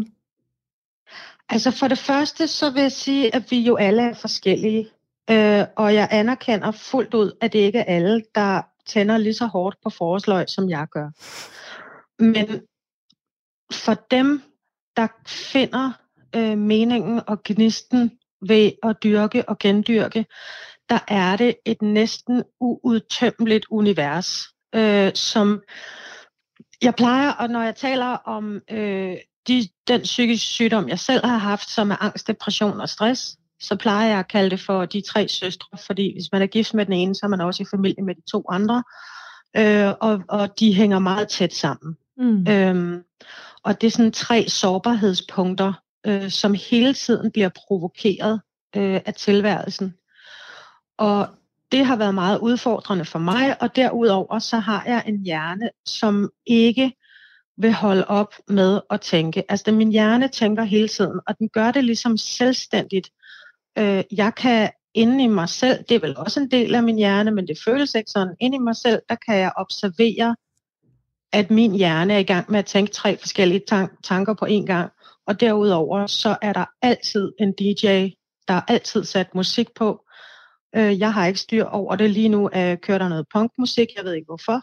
[SPEAKER 4] Altså for det første, så vil jeg sige, at vi jo alle er forskellige, øh, og jeg anerkender fuldt ud, at det ikke er alle, der tænder lige så hårdt på forårsløg, som jeg gør. Men for dem, der finder øh, meningen og gnisten ved at dyrke og gendyrke, der er det et næsten uudtømmeligt univers, øh, som jeg plejer, og når jeg taler om øh, de, den psykiske sygdom, jeg selv har haft, som er angst, depression og stress, så plejer jeg at kalde det for de tre søstre, fordi hvis man er gift med den ene, så er man også i familie med de to andre, øh, og, og de hænger meget tæt sammen. Mm. Øhm, og det er sådan tre sårbarhedspunkter, øh, som hele tiden bliver provokeret øh, af tilværelsen. Og det har været meget udfordrende for mig, og derudover så har jeg en hjerne, som ikke vil holde op med at tænke. Altså min hjerne tænker hele tiden, og den gør det ligesom selvstændigt. Øh, jeg kan inde i mig selv, det er vel også en del af min hjerne, men det føles ikke sådan. Inde i mig selv, der kan jeg observere, at min hjerne er i gang med at tænke tre forskellige tan- tanker på én gang. Og derudover, så er der altid en D J, der er altid sat musik på. Øh, jeg har ikke styr over det lige nu. Øh, kører der noget punkmusik, jeg ved ikke hvorfor.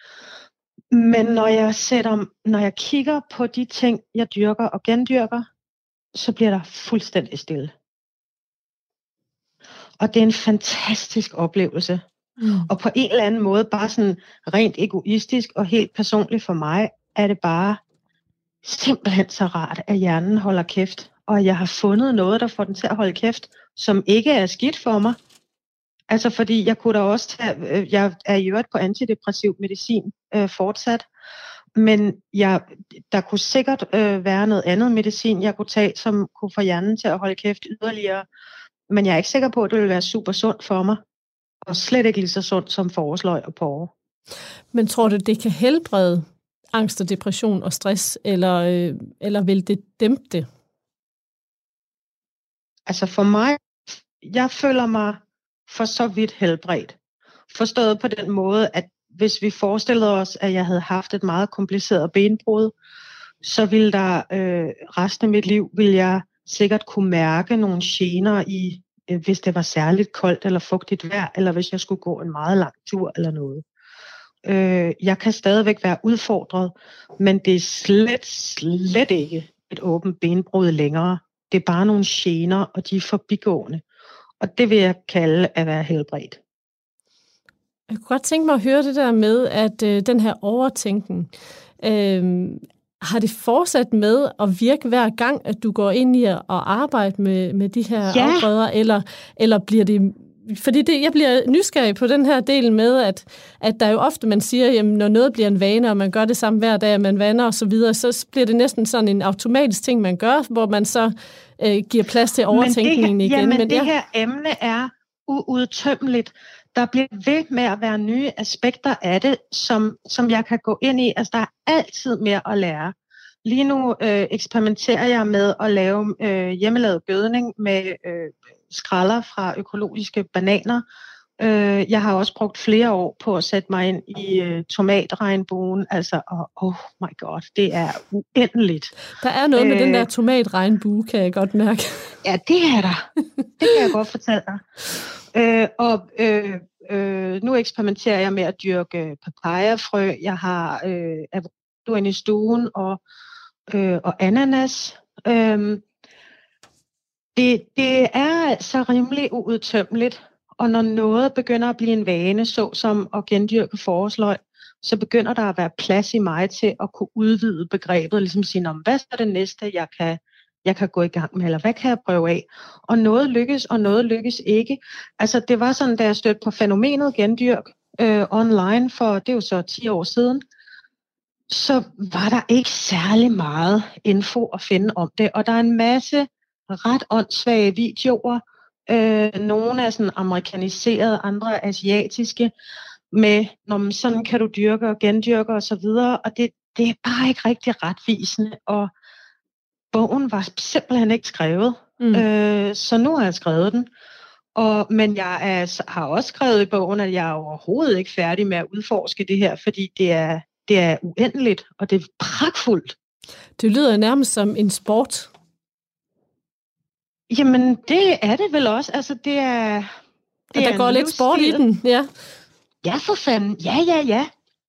[SPEAKER 4] Men når jeg, sætter, når jeg kigger på de ting, jeg dyrker og gendyrker, så bliver der fuldstændig stille. Og det er en fantastisk oplevelse. Mm. Og på en eller anden måde, bare sådan rent egoistisk og helt personligt for mig, er det bare simpelthen så rart, at hjernen holder kæft. Og jeg har fundet noget, der får den til at holde kæft, som ikke er skidt for mig. Altså fordi jeg kunne da også tage, jeg er i øvrigt på antidepressiv medicin øh, fortsat, men jeg, der kunne sikkert øh, være noget andet medicin, jeg kunne tage, som kunne få hjernen til at holde kæft yderligere. Men jeg er ikke sikker på, at det vil være super sundt for mig. Og slet ikke lige så sundt som forårsløg og porre.
[SPEAKER 3] Men tror du, det kan helbrede angst og depression og stress, eller, øh, eller vil det dæmpe det?
[SPEAKER 4] Altså for mig, jeg føler mig for så vidt helbredt. Forstået på den måde, at hvis vi forestillede os, at jeg havde haft et meget kompliceret benbrud, så ville der øh, resten af mit liv, ville jeg sikkert kunne mærke nogle gener i, øh, hvis det var særligt koldt eller fugtigt vejr, eller hvis jeg skulle gå en meget lang tur eller noget. Øh, jeg kan stadigvæk være udfordret, men det er slet, slet ikke et åbent benbrud længere. Det er bare nogle gener, og de er forbigående. Og det vil jeg kalde at være helbredt.
[SPEAKER 3] Jeg kunne godt tænke mig at høre det der med, at øh, den her overtænkning, øh, har det fortsat med at virke hver gang, at du går ind i at arbejde med, med de her
[SPEAKER 4] ja.
[SPEAKER 3] afgrøder, eller, eller bliver det... Fordi det, jeg bliver nysgerrig på den her del med, at, at der jo ofte, man siger, jamen, når noget bliver en vane, og man gør det samme hver dag, og man vander og så videre, så bliver det næsten sådan en automatisk ting, man gør, hvor man så øh, giver plads til overtænkningen igen.
[SPEAKER 4] Jamen,
[SPEAKER 3] men
[SPEAKER 4] det
[SPEAKER 3] ja.
[SPEAKER 4] her emne er uudtømmeligt. Der bliver ved med at være nye aspekter af det, som, som jeg kan gå ind i. Altså, der er altid mere at lære. Lige nu øh, eksperimenterer jeg med at lave øh, hjemmelavet gødning med øh, skralder fra økologiske bananer, Øh, jeg har også brugt flere år på at sætte mig ind i øh, tomatregnbuen. Altså, og, oh my god, det er uendeligt.
[SPEAKER 3] Der er noget øh, med den der tomatregnbue, kan jeg godt mærke.
[SPEAKER 4] Ja, det er der. Det kan jeg godt fortælle dig. Øh, og øh, øh, nu eksperimenterer jeg med at dyrke papayafrø. Jeg har øh, avocado inde i stuen og, øh, og ananas. Øh, det, det er altså rimelig uudtømmeligt. Og når noget begynder at blive en vane, såsom at gendyrke forårsløg, så begynder der at være plads i mig til at kunne udvide begrebet, ligesom sige, hvad er det næste, jeg kan, jeg kan gå i gang med, eller hvad kan jeg prøve af? Og noget lykkes, og noget lykkes ikke. Altså det var sådan, da jeg stødte på fænomenet gendyrk øh, online, for det er jo så ti år siden, så var der ikke særlig meget info at finde om det. Og der er en masse ret åndssvage videoer. Øh, nogle er sådan amerikaniserede, andre er asiatiske, med, når man sådan kan du dyrke og gendyrke og så videre, og det, det er bare ikke rigtig retvisende, og bogen var simpelthen ikke skrevet, mm. øh, så nu har jeg skrevet den, og, men jeg er, har også skrevet i bogen, at jeg er overhovedet ikke færdig med at udforske det her, fordi det er, det er uendeligt, og det er pragtfuldt.
[SPEAKER 3] Det lyder nærmest som en sport.
[SPEAKER 4] Jamen, det er det vel også. Altså, det er... Det
[SPEAKER 3] og der
[SPEAKER 4] er
[SPEAKER 3] går lidt sport i den, ja.
[SPEAKER 4] Ja, for fanden. Ja, ja, ja.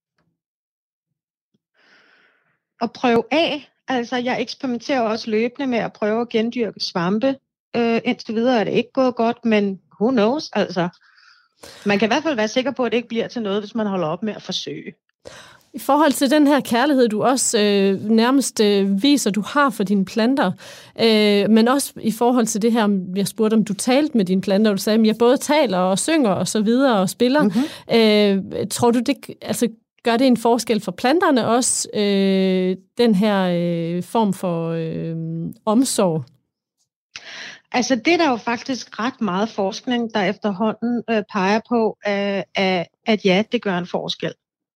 [SPEAKER 4] Og prøve af. Altså, jeg eksperimenterer også løbende med at prøve at gendyrke svampe. Øh, indtil videre er det ikke gået godt, men who knows, altså. Man kan i hvert fald være sikker på, at det ikke bliver til noget, hvis man holder op med at forsøge.
[SPEAKER 3] I forhold til den her kærlighed, du også øh, nærmest øh, viser, du har for dine planter, øh, men også i forhold til det her, jeg spurgte, om du talte med dine planter, og du sagde, at jeg både taler og synger og så videre og spiller. Mm-hmm. Øh, tror du, det altså, gør det en forskel for planterne også, øh, den her øh, form for øh, omsorg?
[SPEAKER 4] Altså det er der jo faktisk ret meget forskning, der efterhånden øh, peger på, øh, at, at ja, det gør en forskel.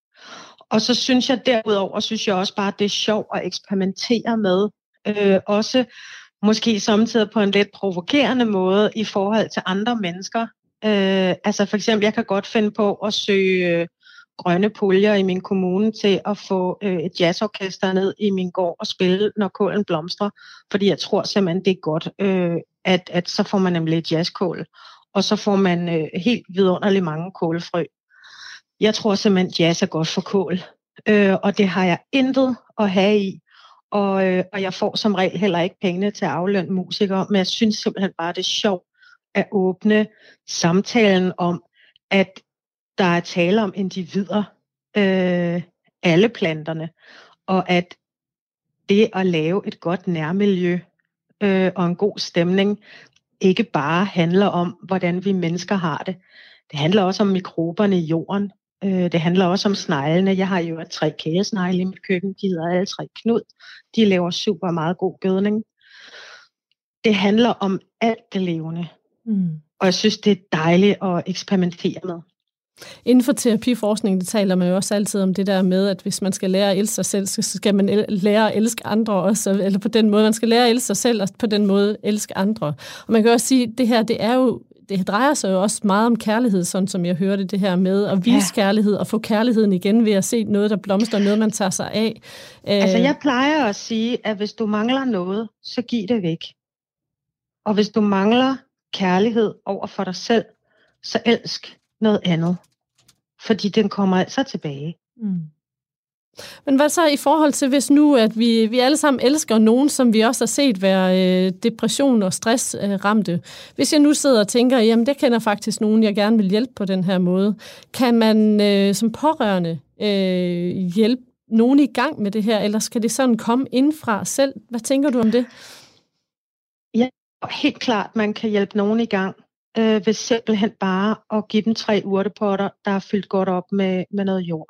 [SPEAKER 4] Og så synes jeg derudover, synes jeg også bare, at det er sjovt at eksperimentere med. Øh, også måske samtidig på en lidt provokerende måde i forhold til andre mennesker. Øh, altså for eksempel, jeg kan godt finde på at søge øh, grønne puljer i min kommune til at få øh, et jazzorkester ned i min gård og spille, når kålen blomstrer. Fordi jeg tror simpelthen, det er godt, øh, at, at så får man nemlig et jazzkål. Og så får man øh, helt vidunderligt mange kålfrø. Jeg tror simpelthen, jazz er godt for kål, øh, og det har jeg intet at have i, og, øh, og jeg får som regel heller ikke pengene til at aflønne musikere, men jeg synes simpelthen bare, det er sjovt at åbne samtalen om, at der er tale om individer, øh, alle planterne, og at det at lave et godt nærmiljø øh, og en god stemning, ikke bare handler om, hvordan vi mennesker har det. Det handler også om mikroberne i jorden. Det handler også om sneglene. Jeg har jo tre kægesnegle i mit køkken. De hedder alle tre Knud. De laver super meget god gødning. Det handler om alt det levende. Mm. Og jeg synes, det er dejligt at eksperimentere med.
[SPEAKER 3] Inden for terapiforskning, det taler man jo også altid om det der med, at hvis man skal lære at elske sig selv, så skal man lære at elske andre også. Eller på den måde, man skal lære at elske sig selv, og på den måde elske andre. Og man kan også sige, at det her, det er jo det drejer sig jo også meget om kærlighed, sådan som jeg hørte det her med at vise ja. kærlighed og få kærligheden igen ved at se noget, der blomstrer, noget, man tager sig af.
[SPEAKER 4] Altså, jeg plejer at sige, at hvis du mangler noget, så giv det væk. Og hvis du mangler kærlighed over for dig selv, så elsk noget andet. Fordi den kommer altså tilbage. Mm.
[SPEAKER 3] Men hvad så i forhold til, hvis nu, at vi, vi alle sammen elsker nogen, som vi også har set være øh, depression og stress øh, ramte. Hvis jeg nu sidder og tænker, jamen det kender faktisk nogen, jeg gerne vil hjælpe på den her måde. Kan man øh, som pårørende øh, hjælpe nogen i gang med det her, eller skal det sådan komme indfra selv? Hvad tænker du om det?
[SPEAKER 4] Ja, helt klart, man kan hjælpe nogen i gang. Øh, ved simpelthen bare at give dem tre urtepotter, der er fyldt godt op med, med noget jord.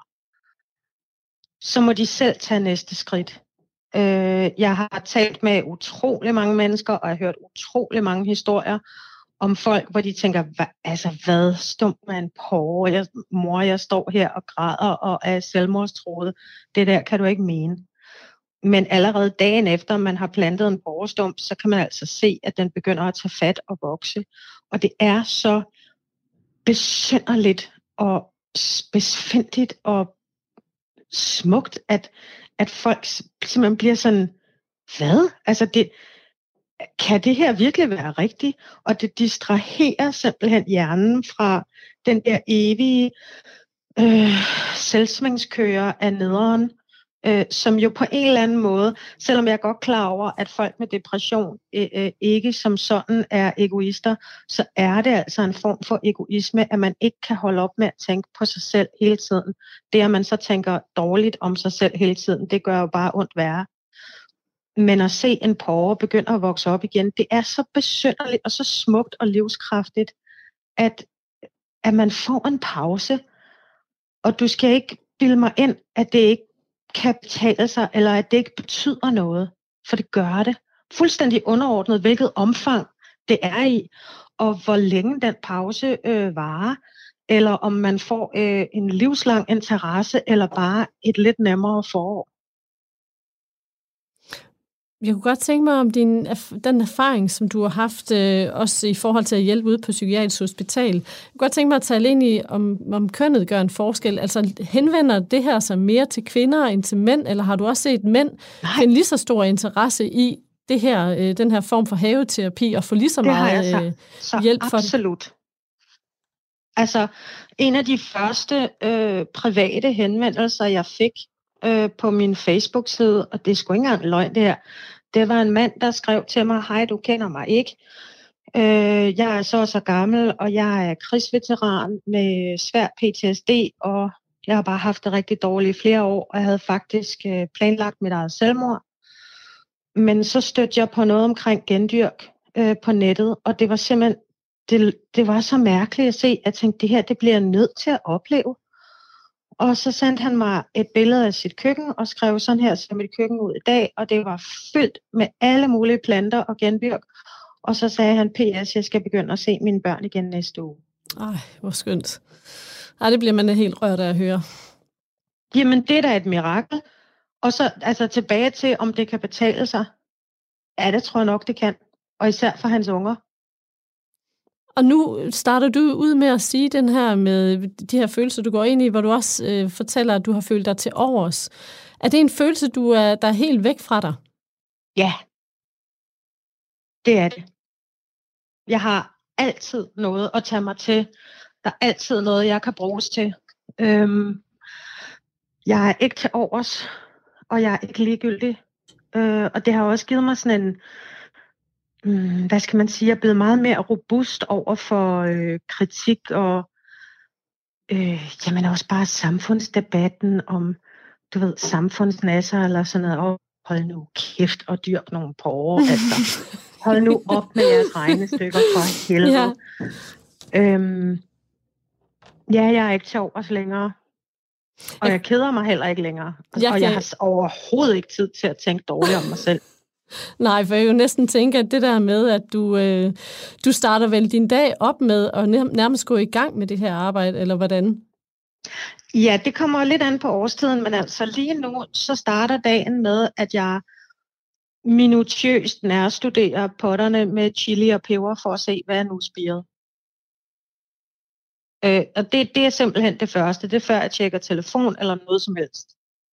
[SPEAKER 4] Så må de selv tage næste skridt. Øh, jeg har talt med utrolig mange mennesker, og jeg har hørt utrolig mange historier om folk, hvor de tænker, hva, altså hvad, stum man på, jeg, mor, jeg står her og græder og er selvmordstruet. Det der kan du ikke mene. Men allerede dagen efter, man har plantet en borrestump, så kan man altså se, at den begynder at tage fat og vokse. Og det er så besynderligt og besfindigt og smukt, at, at folk simpelthen bliver sådan, hvad? Altså, det, kan det her virkelig være rigtigt? Og det distraherer simpelthen hjernen fra den der evige øh, selvsvingskører af nederen, øh, som jo på en eller anden måde, selvom jeg er godt klar over, at folk med depression øh, øh, ikke som sådan er egoister, så er det altså en form for egoisme, at man ikke kan holde op med at tænke på sig selv hele tiden. Det, at man så tænker dårligt om sig selv hele tiden, det gør jo bare ondt værre. Men at se en porre begynde at vokse op igen, det er så besynderligt og så smukt og livskraftigt, at, at man får en pause, og du skal ikke bilde mig ind, at det ikke kan betale sig, eller at det ikke betyder noget, for det gør det. Fuldstændig underordnet, hvilket omfang det er i, og hvor længe den pause øh, varer, eller om man får øh, en livslang interesse, eller bare et lidt nemmere forår.
[SPEAKER 3] Jeg kunne godt tænke mig om din, den erfaring, som du har haft, øh, også i forhold til at hjælpe ude på Psykiatrisk Hospital. Jeg kunne godt tænke mig at tale ind i, om, om kønnet gør en forskel. Altså, henvender det her sig mere til kvinder end til mænd, eller har du også set mænd finde lige så stor interesse i det her, øh, den her form for haveterapi, og få lige så meget øh,
[SPEAKER 4] så
[SPEAKER 3] hjælp for
[SPEAKER 4] absolut. Det? Altså, en af de første øh, private henvendelser, jeg fik, på min Facebook-side, og det er sgu ikke engang løgn det her. Det var en mand, der skrev til mig, hej, du kender mig ikke. Øh, jeg er så så gammel, og jeg er krigsveteran med svær P T S D, og jeg har bare haft det rigtig dårligt i flere år, og jeg havde faktisk øh, planlagt mit eget selvmord. Men så stødte jeg på noget omkring gendyrk øh, på nettet, og det var simpelthen, det, det var så mærkeligt at se. Jeg tænkte, det her, det bliver jeg nødt til at opleve. Og så sendte han mig et billede af sit køkken og skrev, sådan her ser mit køkken ud i dag, og det var fyldt med alle mulige planter og gendyrk. Og så sagde han, P S, jeg skal begynde at se mine børn igen næste uge.
[SPEAKER 3] Ej, hvor skønt. Ej, det bliver man helt rørt af at høre.
[SPEAKER 4] Jamen, det er da et mirakel. Og så altså tilbage til, om det kan betale sig. Ja, det tror jeg nok, det kan. Og især for hans unger.
[SPEAKER 3] Og nu starter du ud med at sige den her med de her følelser, du går ind i, hvor du også øh, fortæller, at du har følt dig til overs. Er det en følelse, du er, der er helt væk fra dig?
[SPEAKER 4] Ja, det er det. Jeg har altid noget at tage mig til. Der er altid noget, jeg kan bruges til. Øhm, jeg er ikke til overs, og jeg er ikke ligegyldig. Øh, og det har også givet mig sådan en... hvad skal man sige, jeg er blevet meget mere robust over for øh, kritik og øh, jamen også bare samfundsdebatten om, du ved, samfundsnasser eller sådan noget. Oh, hold nu kæft og dyrk nogle porre, altså. Hold nu op med jeres regnestykker for helvede. Ja, øhm, ja jeg er ikke til overs længere. Og jeg keder mig heller ikke længere. Og jeg, og jeg har overhovedet ikke tid til at tænke dårligt om mig selv.
[SPEAKER 3] Nej, for jeg jo næsten tænke, at det der med, at du, øh, du starter vel din dag op med at nærmest gå i gang med det her arbejde, eller hvordan?
[SPEAKER 4] Ja, det kommer lidt an på årstiden, men altså lige nu, så starter dagen med, at jeg minutiøst nærstuderer potterne med chili og peber for at se, hvad er nu spiret. Øh, og det, det er simpelthen det første. Det er før jeg tjekker telefon eller noget som helst.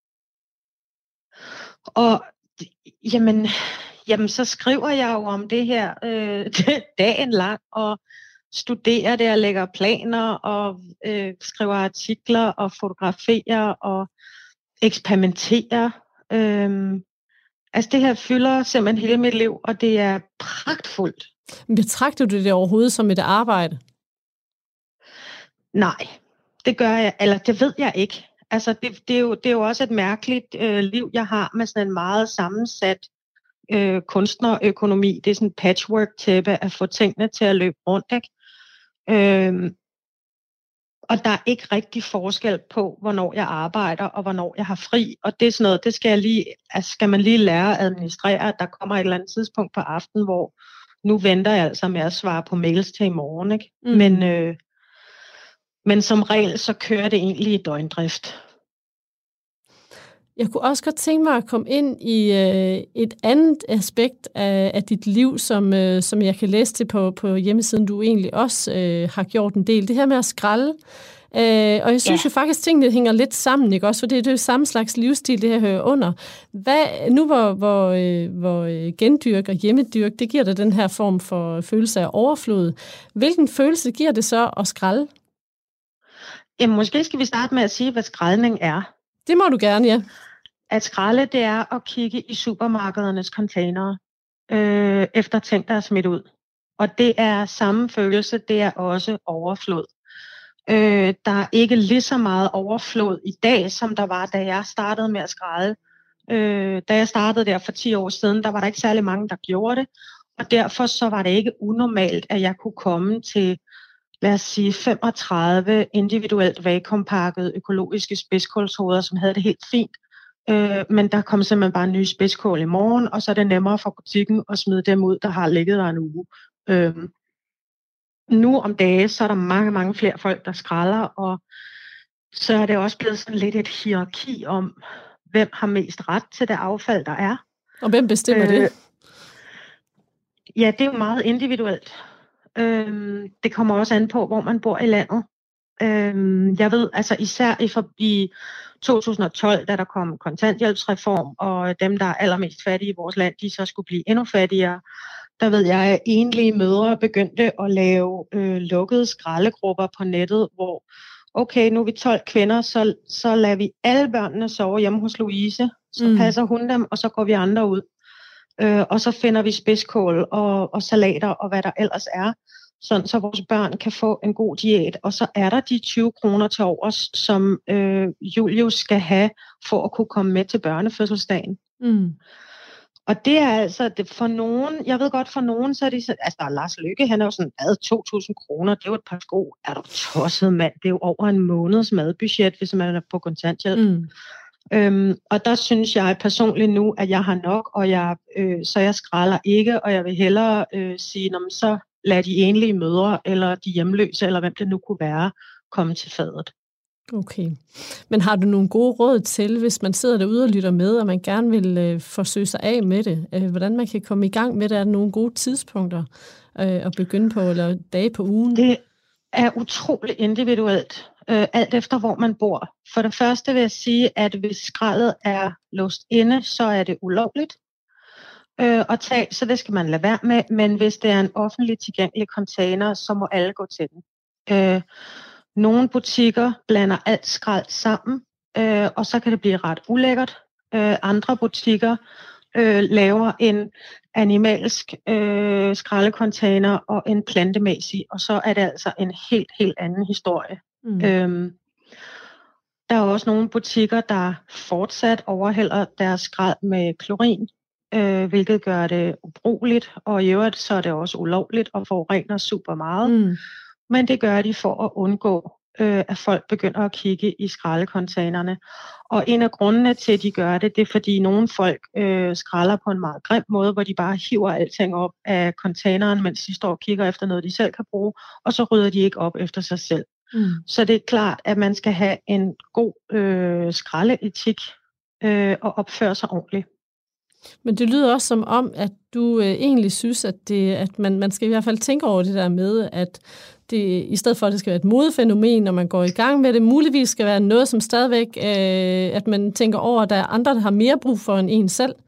[SPEAKER 4] Og Jamen, jamen, så skriver jeg jo om det her øh, dagen lang, og studerer det og lægger planer, og øh, skriver artikler, og fotograferer, og eksperimenterer. Øh, altså, det her fylder simpelthen hele mit liv, og det er pragtfuldt.
[SPEAKER 3] Men betragter du det overhovedet som et arbejde?
[SPEAKER 4] Nej, det gør jeg, eller det ved jeg ikke. Altså, det, det, er jo, det er jo også et mærkeligt øh, liv, jeg har med sådan en meget sammensat øh, kunstnerøkonomi. Det er sådan en patchwork-tæppe at få tingene til at løbe rundt, ikke? Øh, og der er ikke rigtig forskel på, hvornår jeg arbejder og hvornår jeg har fri. Og det er sådan noget, det skal, jeg lige, altså skal man lige lære at administrere. Der kommer et eller andet tidspunkt på aftenen, hvor nu venter jeg altså med at svare på mails til i morgen, ikke? Mm. Men... Øh, Men som regel, så kører det egentlig i døgndrift.
[SPEAKER 3] Jeg kunne også godt tænke mig at komme ind i øh, et andet aspekt af, af dit liv, som, øh, som jeg kan læse til på, på hjemmesiden, du egentlig også øh, har gjort en del. Det her med at skralde. Øh, og jeg synes ja. jo faktisk, at tingene hænger lidt sammen, ikke også? For det er jo samme slags livsstil, det her hører under. Hvad, nu hvor, hvor, øh, hvor gendyrk og hjemmedyrk, det giver dig den her form for følelse af overflod. Hvilken følelse giver det så at skralde?
[SPEAKER 4] Jamen, måske skal vi starte med at sige, hvad skraldning er.
[SPEAKER 3] Det må du gerne, ja.
[SPEAKER 4] At skralde, det er at kigge i supermarkedernes containere, øh, efter ting, der er smidt ud. Og det er samme følelse, det er også overflod. Øh, der er ikke lige så meget overflod i dag, som der var, da jeg startede med at skralde. Øh, da jeg startede der for ti år siden, der var der ikke særlig mange, der gjorde det. Og derfor så var det ikke unormalt, at jeg kunne komme til, lad os sige, femogtredive individuelt vakuumpakkede økologiske spidskålshoveder, som havde det helt fint. Øh, men der kom simpelthen bare nye spidskål i morgen, og så er det nemmere for butikken at smide dem ud, der har ligget der en uge. Øh, nu om dage, så er der mange, mange flere folk, der skralder, og så er det også blevet sådan lidt et hierarki om, hvem har mest ret til det affald, der er.
[SPEAKER 3] Og hvem bestemmer øh, det?
[SPEAKER 4] Ja, det er jo meget individuelt. Øh, det kommer også an på, hvor man bor i landet. Øh, jeg ved, altså især i, for, i to tusind og tolv, da der kom kontanthjælpsreform, og dem, der er allermest fattige i vores land, de så skulle blive endnu fattigere. Der ved jeg, at enlige mødre begyndte at lave øh, lukkede skraldegrupper på nettet, hvor okay, nu er vi tolv kvinder, så, så lader vi alle børnene sove hjemme hos Louise, så mm. passer hun dem, og så går vi andre ud. Øh, og så finder vi spidskål og, og salater og hvad der ellers er, sådan så vores børn kan få en god diæt. Og så er der de tyve kroner til overs, som øh, Julius skal have for at kunne komme med til børnefødselsdagen. Mm. Og det er altså, det for nogen, jeg ved godt for nogen, så er det, altså der er Lars Løkke, han er jo sådan, ad to tusind kroner, det er jo et par sko, er du tosset mand, det er jo over en måneds madbudget, hvis man er på kontanthjælp. Mm. Øhm, og der synes jeg personligt nu, at jeg har nok, og jeg, øh, så jeg skralder ikke, og jeg vil hellere øh, sige, når man så lader de enlige mødre, eller de hjemløse, eller hvem det nu kunne være, komme til fadet.
[SPEAKER 3] Okay. Men har du nogle gode råd til, hvis man sidder derude og lytter med, og man gerne vil øh, forsøge sig af med det? Øh, hvordan man kan komme i gang med det? Er der nogle gode tidspunkter øh, at begynde på, eller dage på ugen?
[SPEAKER 4] Det er utroligt individuelt, øh, alt efter hvor man bor. For det første vil jeg sige, at hvis skraldet er låst inde, så er det ulovligt øh, at tage, så det skal man lade være med. Men hvis det er en offentlig tilgængelig container, så må alle gå til den. Øh, Nogle butikker blander alt skrald sammen, øh, og så kan det blive ret ulækkert. Øh, andre butikker øh, laver en animalsk øh, skraldecontainer og en plantemæssig, og så er det altså en helt, helt anden historie. Mm. Øhm, der er også nogle butikker, der fortsat overhælder deres skrald med klorin, øh, hvilket gør det ubrugeligt, og i øvrigt så er det også ulovligt og forurener super meget. Mm. Men det gør de for at undgå, øh, at folk begynder at kigge i skraldecontainerne. Og en af grundene til, at de gør det, det er fordi nogle folk øh, skralder på en meget grim måde, hvor de bare hiver alting op af containeren, mens de står og kigger efter noget, de selv kan bruge, og så rydder de ikke op efter sig selv. Mm. Så det er klart, at man skal have en god øh, skraldeetik øh, og opføre sig ordentligt.
[SPEAKER 3] Men det lyder også som om, at du øh, egentlig synes, at, det, at man, man skal i hvert fald tænke over det der med, at det, i stedet for, at det skal være et modefænomen, når man går i gang med det, muligvis skal være noget, som stadigvæk, øh, at man tænker over, at der er andre, der har mere brug for end en selv.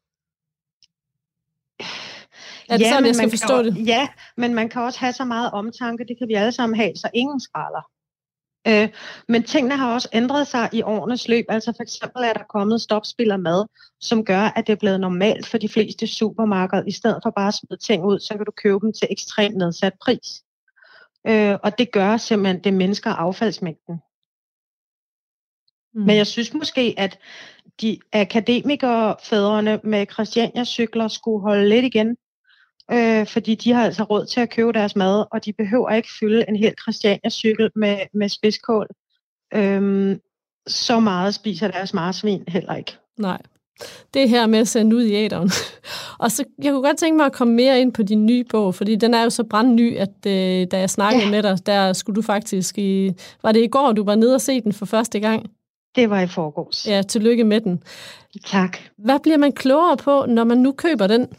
[SPEAKER 3] Er det
[SPEAKER 4] ja,
[SPEAKER 3] sådan, jeg skal forstå
[SPEAKER 4] kan,
[SPEAKER 3] det?
[SPEAKER 4] Ja, men man kan også have så meget omtanke, det kan vi alle sammen have, så ingen skralder. Øh, men tingene har også ændret sig i årenes løb. Altså for eksempel er der kommet stopspiller mad, som gør, at det er blevet normalt for de fleste supermarkeder. I stedet for bare at smide ting ud, så kan du købe dem til ekstremt nedsat pris. Øh, og det gør simpelthen, det mindsker affaldsmængden. Mm. Men jeg synes måske, at de akademikerfædrene med Christiania-cykler skulle holde lidt igen. Øh, fordi de har altså råd til at købe deres mad, og de behøver ikke fylde en hel Christiania-cykel med, med spidskål. Øhm, så meget spiser deres marsvin heller ikke.
[SPEAKER 3] Nej, det er her med at sende ud i æteren. Og så, jeg kunne godt tænke mig at komme mere ind på din nye bog, fordi den er jo så brandny, at øh, da jeg snakkede ja. med dig, der skulle du faktisk i... Var det i går, du var nede og se den for første gang?
[SPEAKER 4] Det var i forgårs.
[SPEAKER 3] Ja, tillykke med den.
[SPEAKER 4] Tak.
[SPEAKER 3] Hvad bliver man klogere på, når man nu køber den?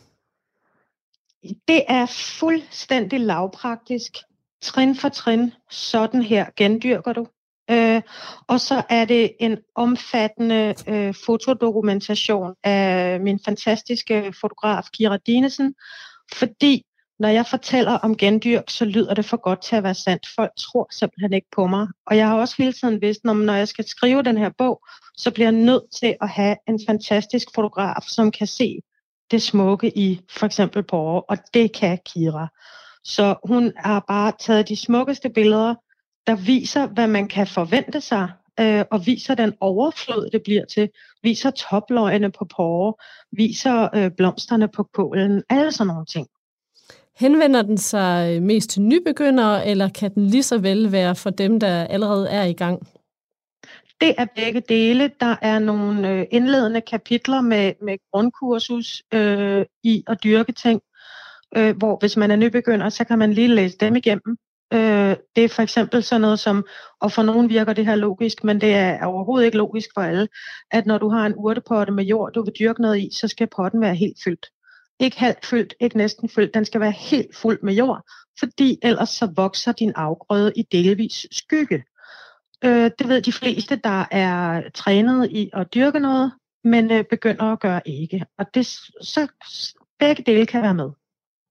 [SPEAKER 4] Det er fuldstændig lavpraktisk. Trin for trin. Sådan her gendyrker du. Øh, og så er det en omfattende øh, fotodokumentation af min fantastiske fotograf Kira Dinesen. Fordi når jeg fortæller om gendyrk, så lyder det for godt til at være sandt. Folk tror simpelthen ikke på mig. Og jeg har også hele tiden vidst, at når jeg skal skrive den her bog, så bliver jeg nødt til at have en fantastisk fotograf, som kan se det smukke i for eksempel porre, og det kan Kira. Så hun har bare taget de smukkeste billeder, der viser, hvad man kan forvente sig, øh, og viser den overflod, det bliver til, viser topløgene på porre, viser øh, blomsterne på kålen, alle sådan nogle ting.
[SPEAKER 3] Henvender den sig mest til nybegyndere, eller kan den lige så vel være for dem, der allerede er i gang?
[SPEAKER 4] Det er begge dele. Der er nogle øh, indledende kapitler med, med grundkursus øh, i at dyrke ting, øh, hvor hvis man er nybegynder, så kan man lige læse dem igennem. Øh, det er for eksempel sådan noget som, og for nogen virker det her logisk, men det er overhovedet ikke logisk for alle, at når du har en urtepotte med jord, du vil dyrke noget i, så skal potten være helt fyldt. Ikke halvt fyldt, ikke næsten fyldt, den skal være helt fuld med jord, fordi ellers så vokser din afgrøde i delvis skygge. Øh, det ved de fleste, der er trænet i at dyrke noget, men øh, begynder at gøre ikke. Og det, så begge dele kan være med.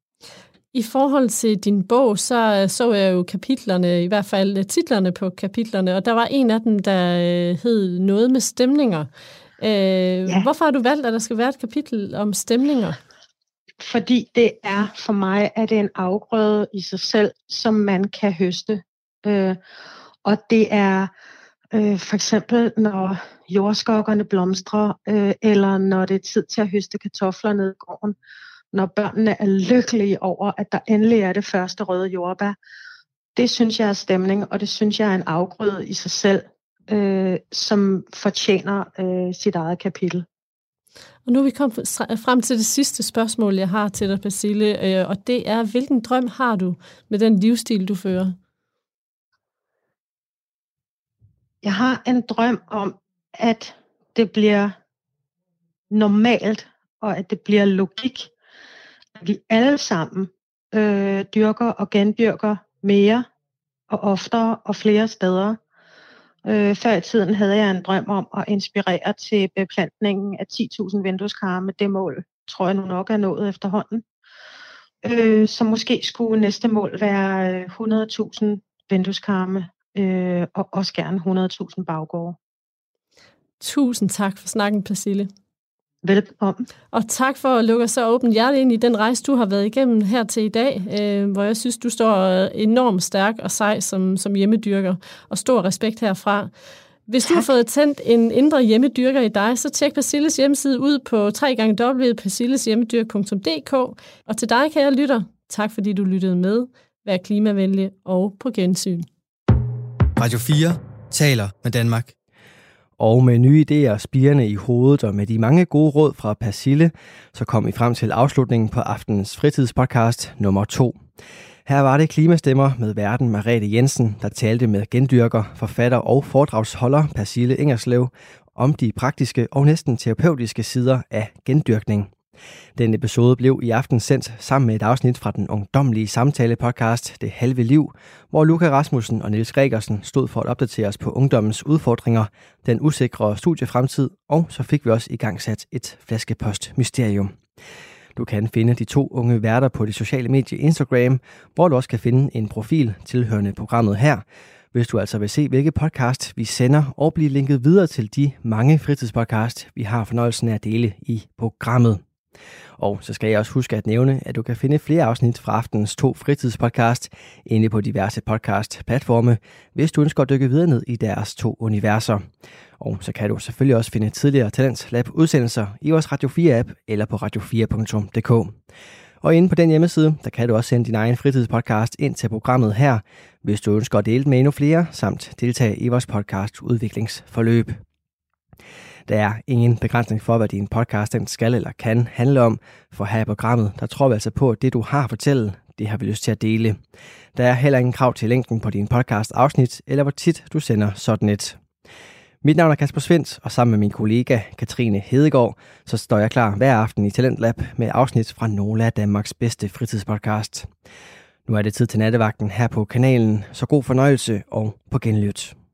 [SPEAKER 3] I forhold til din bog, så så jeg jo kapitlerne, i hvert fald titlerne på kapitlerne, og der var en af dem, der hed Noget med stemninger. Øh, ja. Hvorfor har du valgt, at der skal være et kapitel om stemninger?
[SPEAKER 4] Fordi det er, for mig, at det er en afgrøde i sig selv, som man kan høste. Øh, og det er øh, for eksempel, når jordskokkerne blomstrer, øh, eller når det er tid til at høste kartofler ned i gården, når børnene er lykkelige over, at der endelig er det første røde jordbær. Det synes jeg er stemning, og det synes jeg er en afgrøde i sig selv, øh, som fortjener øh, sit eget kapitel.
[SPEAKER 3] Og nu er vi kommet frem til det sidste spørgsmål, jeg har til dig, Persille, og det er, hvilken drøm har du med den livsstil, du fører?
[SPEAKER 4] Jeg har en drøm om, at det bliver normalt, og at det bliver logik, at vi alle sammen øh, dyrker og gendyrker mere og oftere og flere steder. Øh, før i tiden havde jeg en drøm om at inspirere til beplantningen af ti tusind vindueskarme. Det mål tror jeg nu nok er nået efterhånden. Øh, så måske skulle næste mål være hundrede tusind vindueskarme øh, og også gerne hundrede tusind baggårde.
[SPEAKER 3] Tusind tak for snakken, Persille.
[SPEAKER 4] Velkommen.
[SPEAKER 3] Og tak for at lukke så åbent hjerte ind i den rejse, du har været igennem her til i dag, øh, hvor jeg synes, du står enormt stærk og sej som, som hjemmedyrker, og stor respekt herfra. Hvis tak. Du har fået tændt en indre hjemmedyrker i dig, så tjek Persilles hjemmeside ud på w w w punktum persilleshjemmedyrk punktum d k. Og til dig, kære lytter, tak fordi du lyttede med. Vær klimavenlig og på gensyn.
[SPEAKER 1] Radio fire taler med Danmark.
[SPEAKER 2] Og med nye idéer spirende i hovedet og med de mange gode råd fra Persille, så kom vi frem til afslutningen på aftenens fritidspodcast nummer to. Her var det Klimastemmer med værten Merete Jensen, der talte med gendyrker, forfatter og foredragsholder Persille Ingerslev om de praktiske og næsten terapeutiske sider af gendyrkning. Den episode blev i aften sendt sammen med et afsnit fra den ungdomlige samtale-podcast Det Halve Liv, hvor Luca Rasmussen og Niels Gregersen stod for at opdatere os på ungdommens udfordringer, den usikre studiefremtid, og så fik vi også igangsat et flaskepost-mysterium. Du kan finde de to unge værter på det sociale medie Instagram, hvor du også kan finde en profil tilhørende programmet her, hvis du altså vil se, hvilke podcast vi sender og blive linket videre til de mange fritidspodcast, vi har fornøjelsen af at dele i programmet. Og så skal jeg også huske at nævne, at du kan finde flere afsnit fra aftenens to fritidspodcast inde på diverse podcast-platforme, hvis du ønsker at dykke videre ned i deres to universer. Og så kan du selvfølgelig også finde tidligere Talents Lab udsendelser i vores Radio fire app eller på radio fire punktum d k. Og inde på den hjemmeside, der kan du også sende din egen fritidspodcast ind til programmet her, hvis du ønsker at dele med endnu flere, samt deltage i vores podcast udviklingsforløb. Der er ingen begrænsning for, hvad din podcast den skal eller kan handle om, for her i programmet, der tror vi altså på, at det du har at fortælle, det har vi lyst til at dele. Der er heller ingen krav til længden på din podcast afsnit, eller hvor tit du sender sådan et. Mit navn er Kasper Svendt, og sammen med min kollega Katrine Hedegaard, så står jeg klar hver aften i Talentlab med afsnit fra nogle af Danmarks bedste fritidspodcast. Nu er det tid til nattevagten her på kanalen, så god fornøjelse og på genlyt.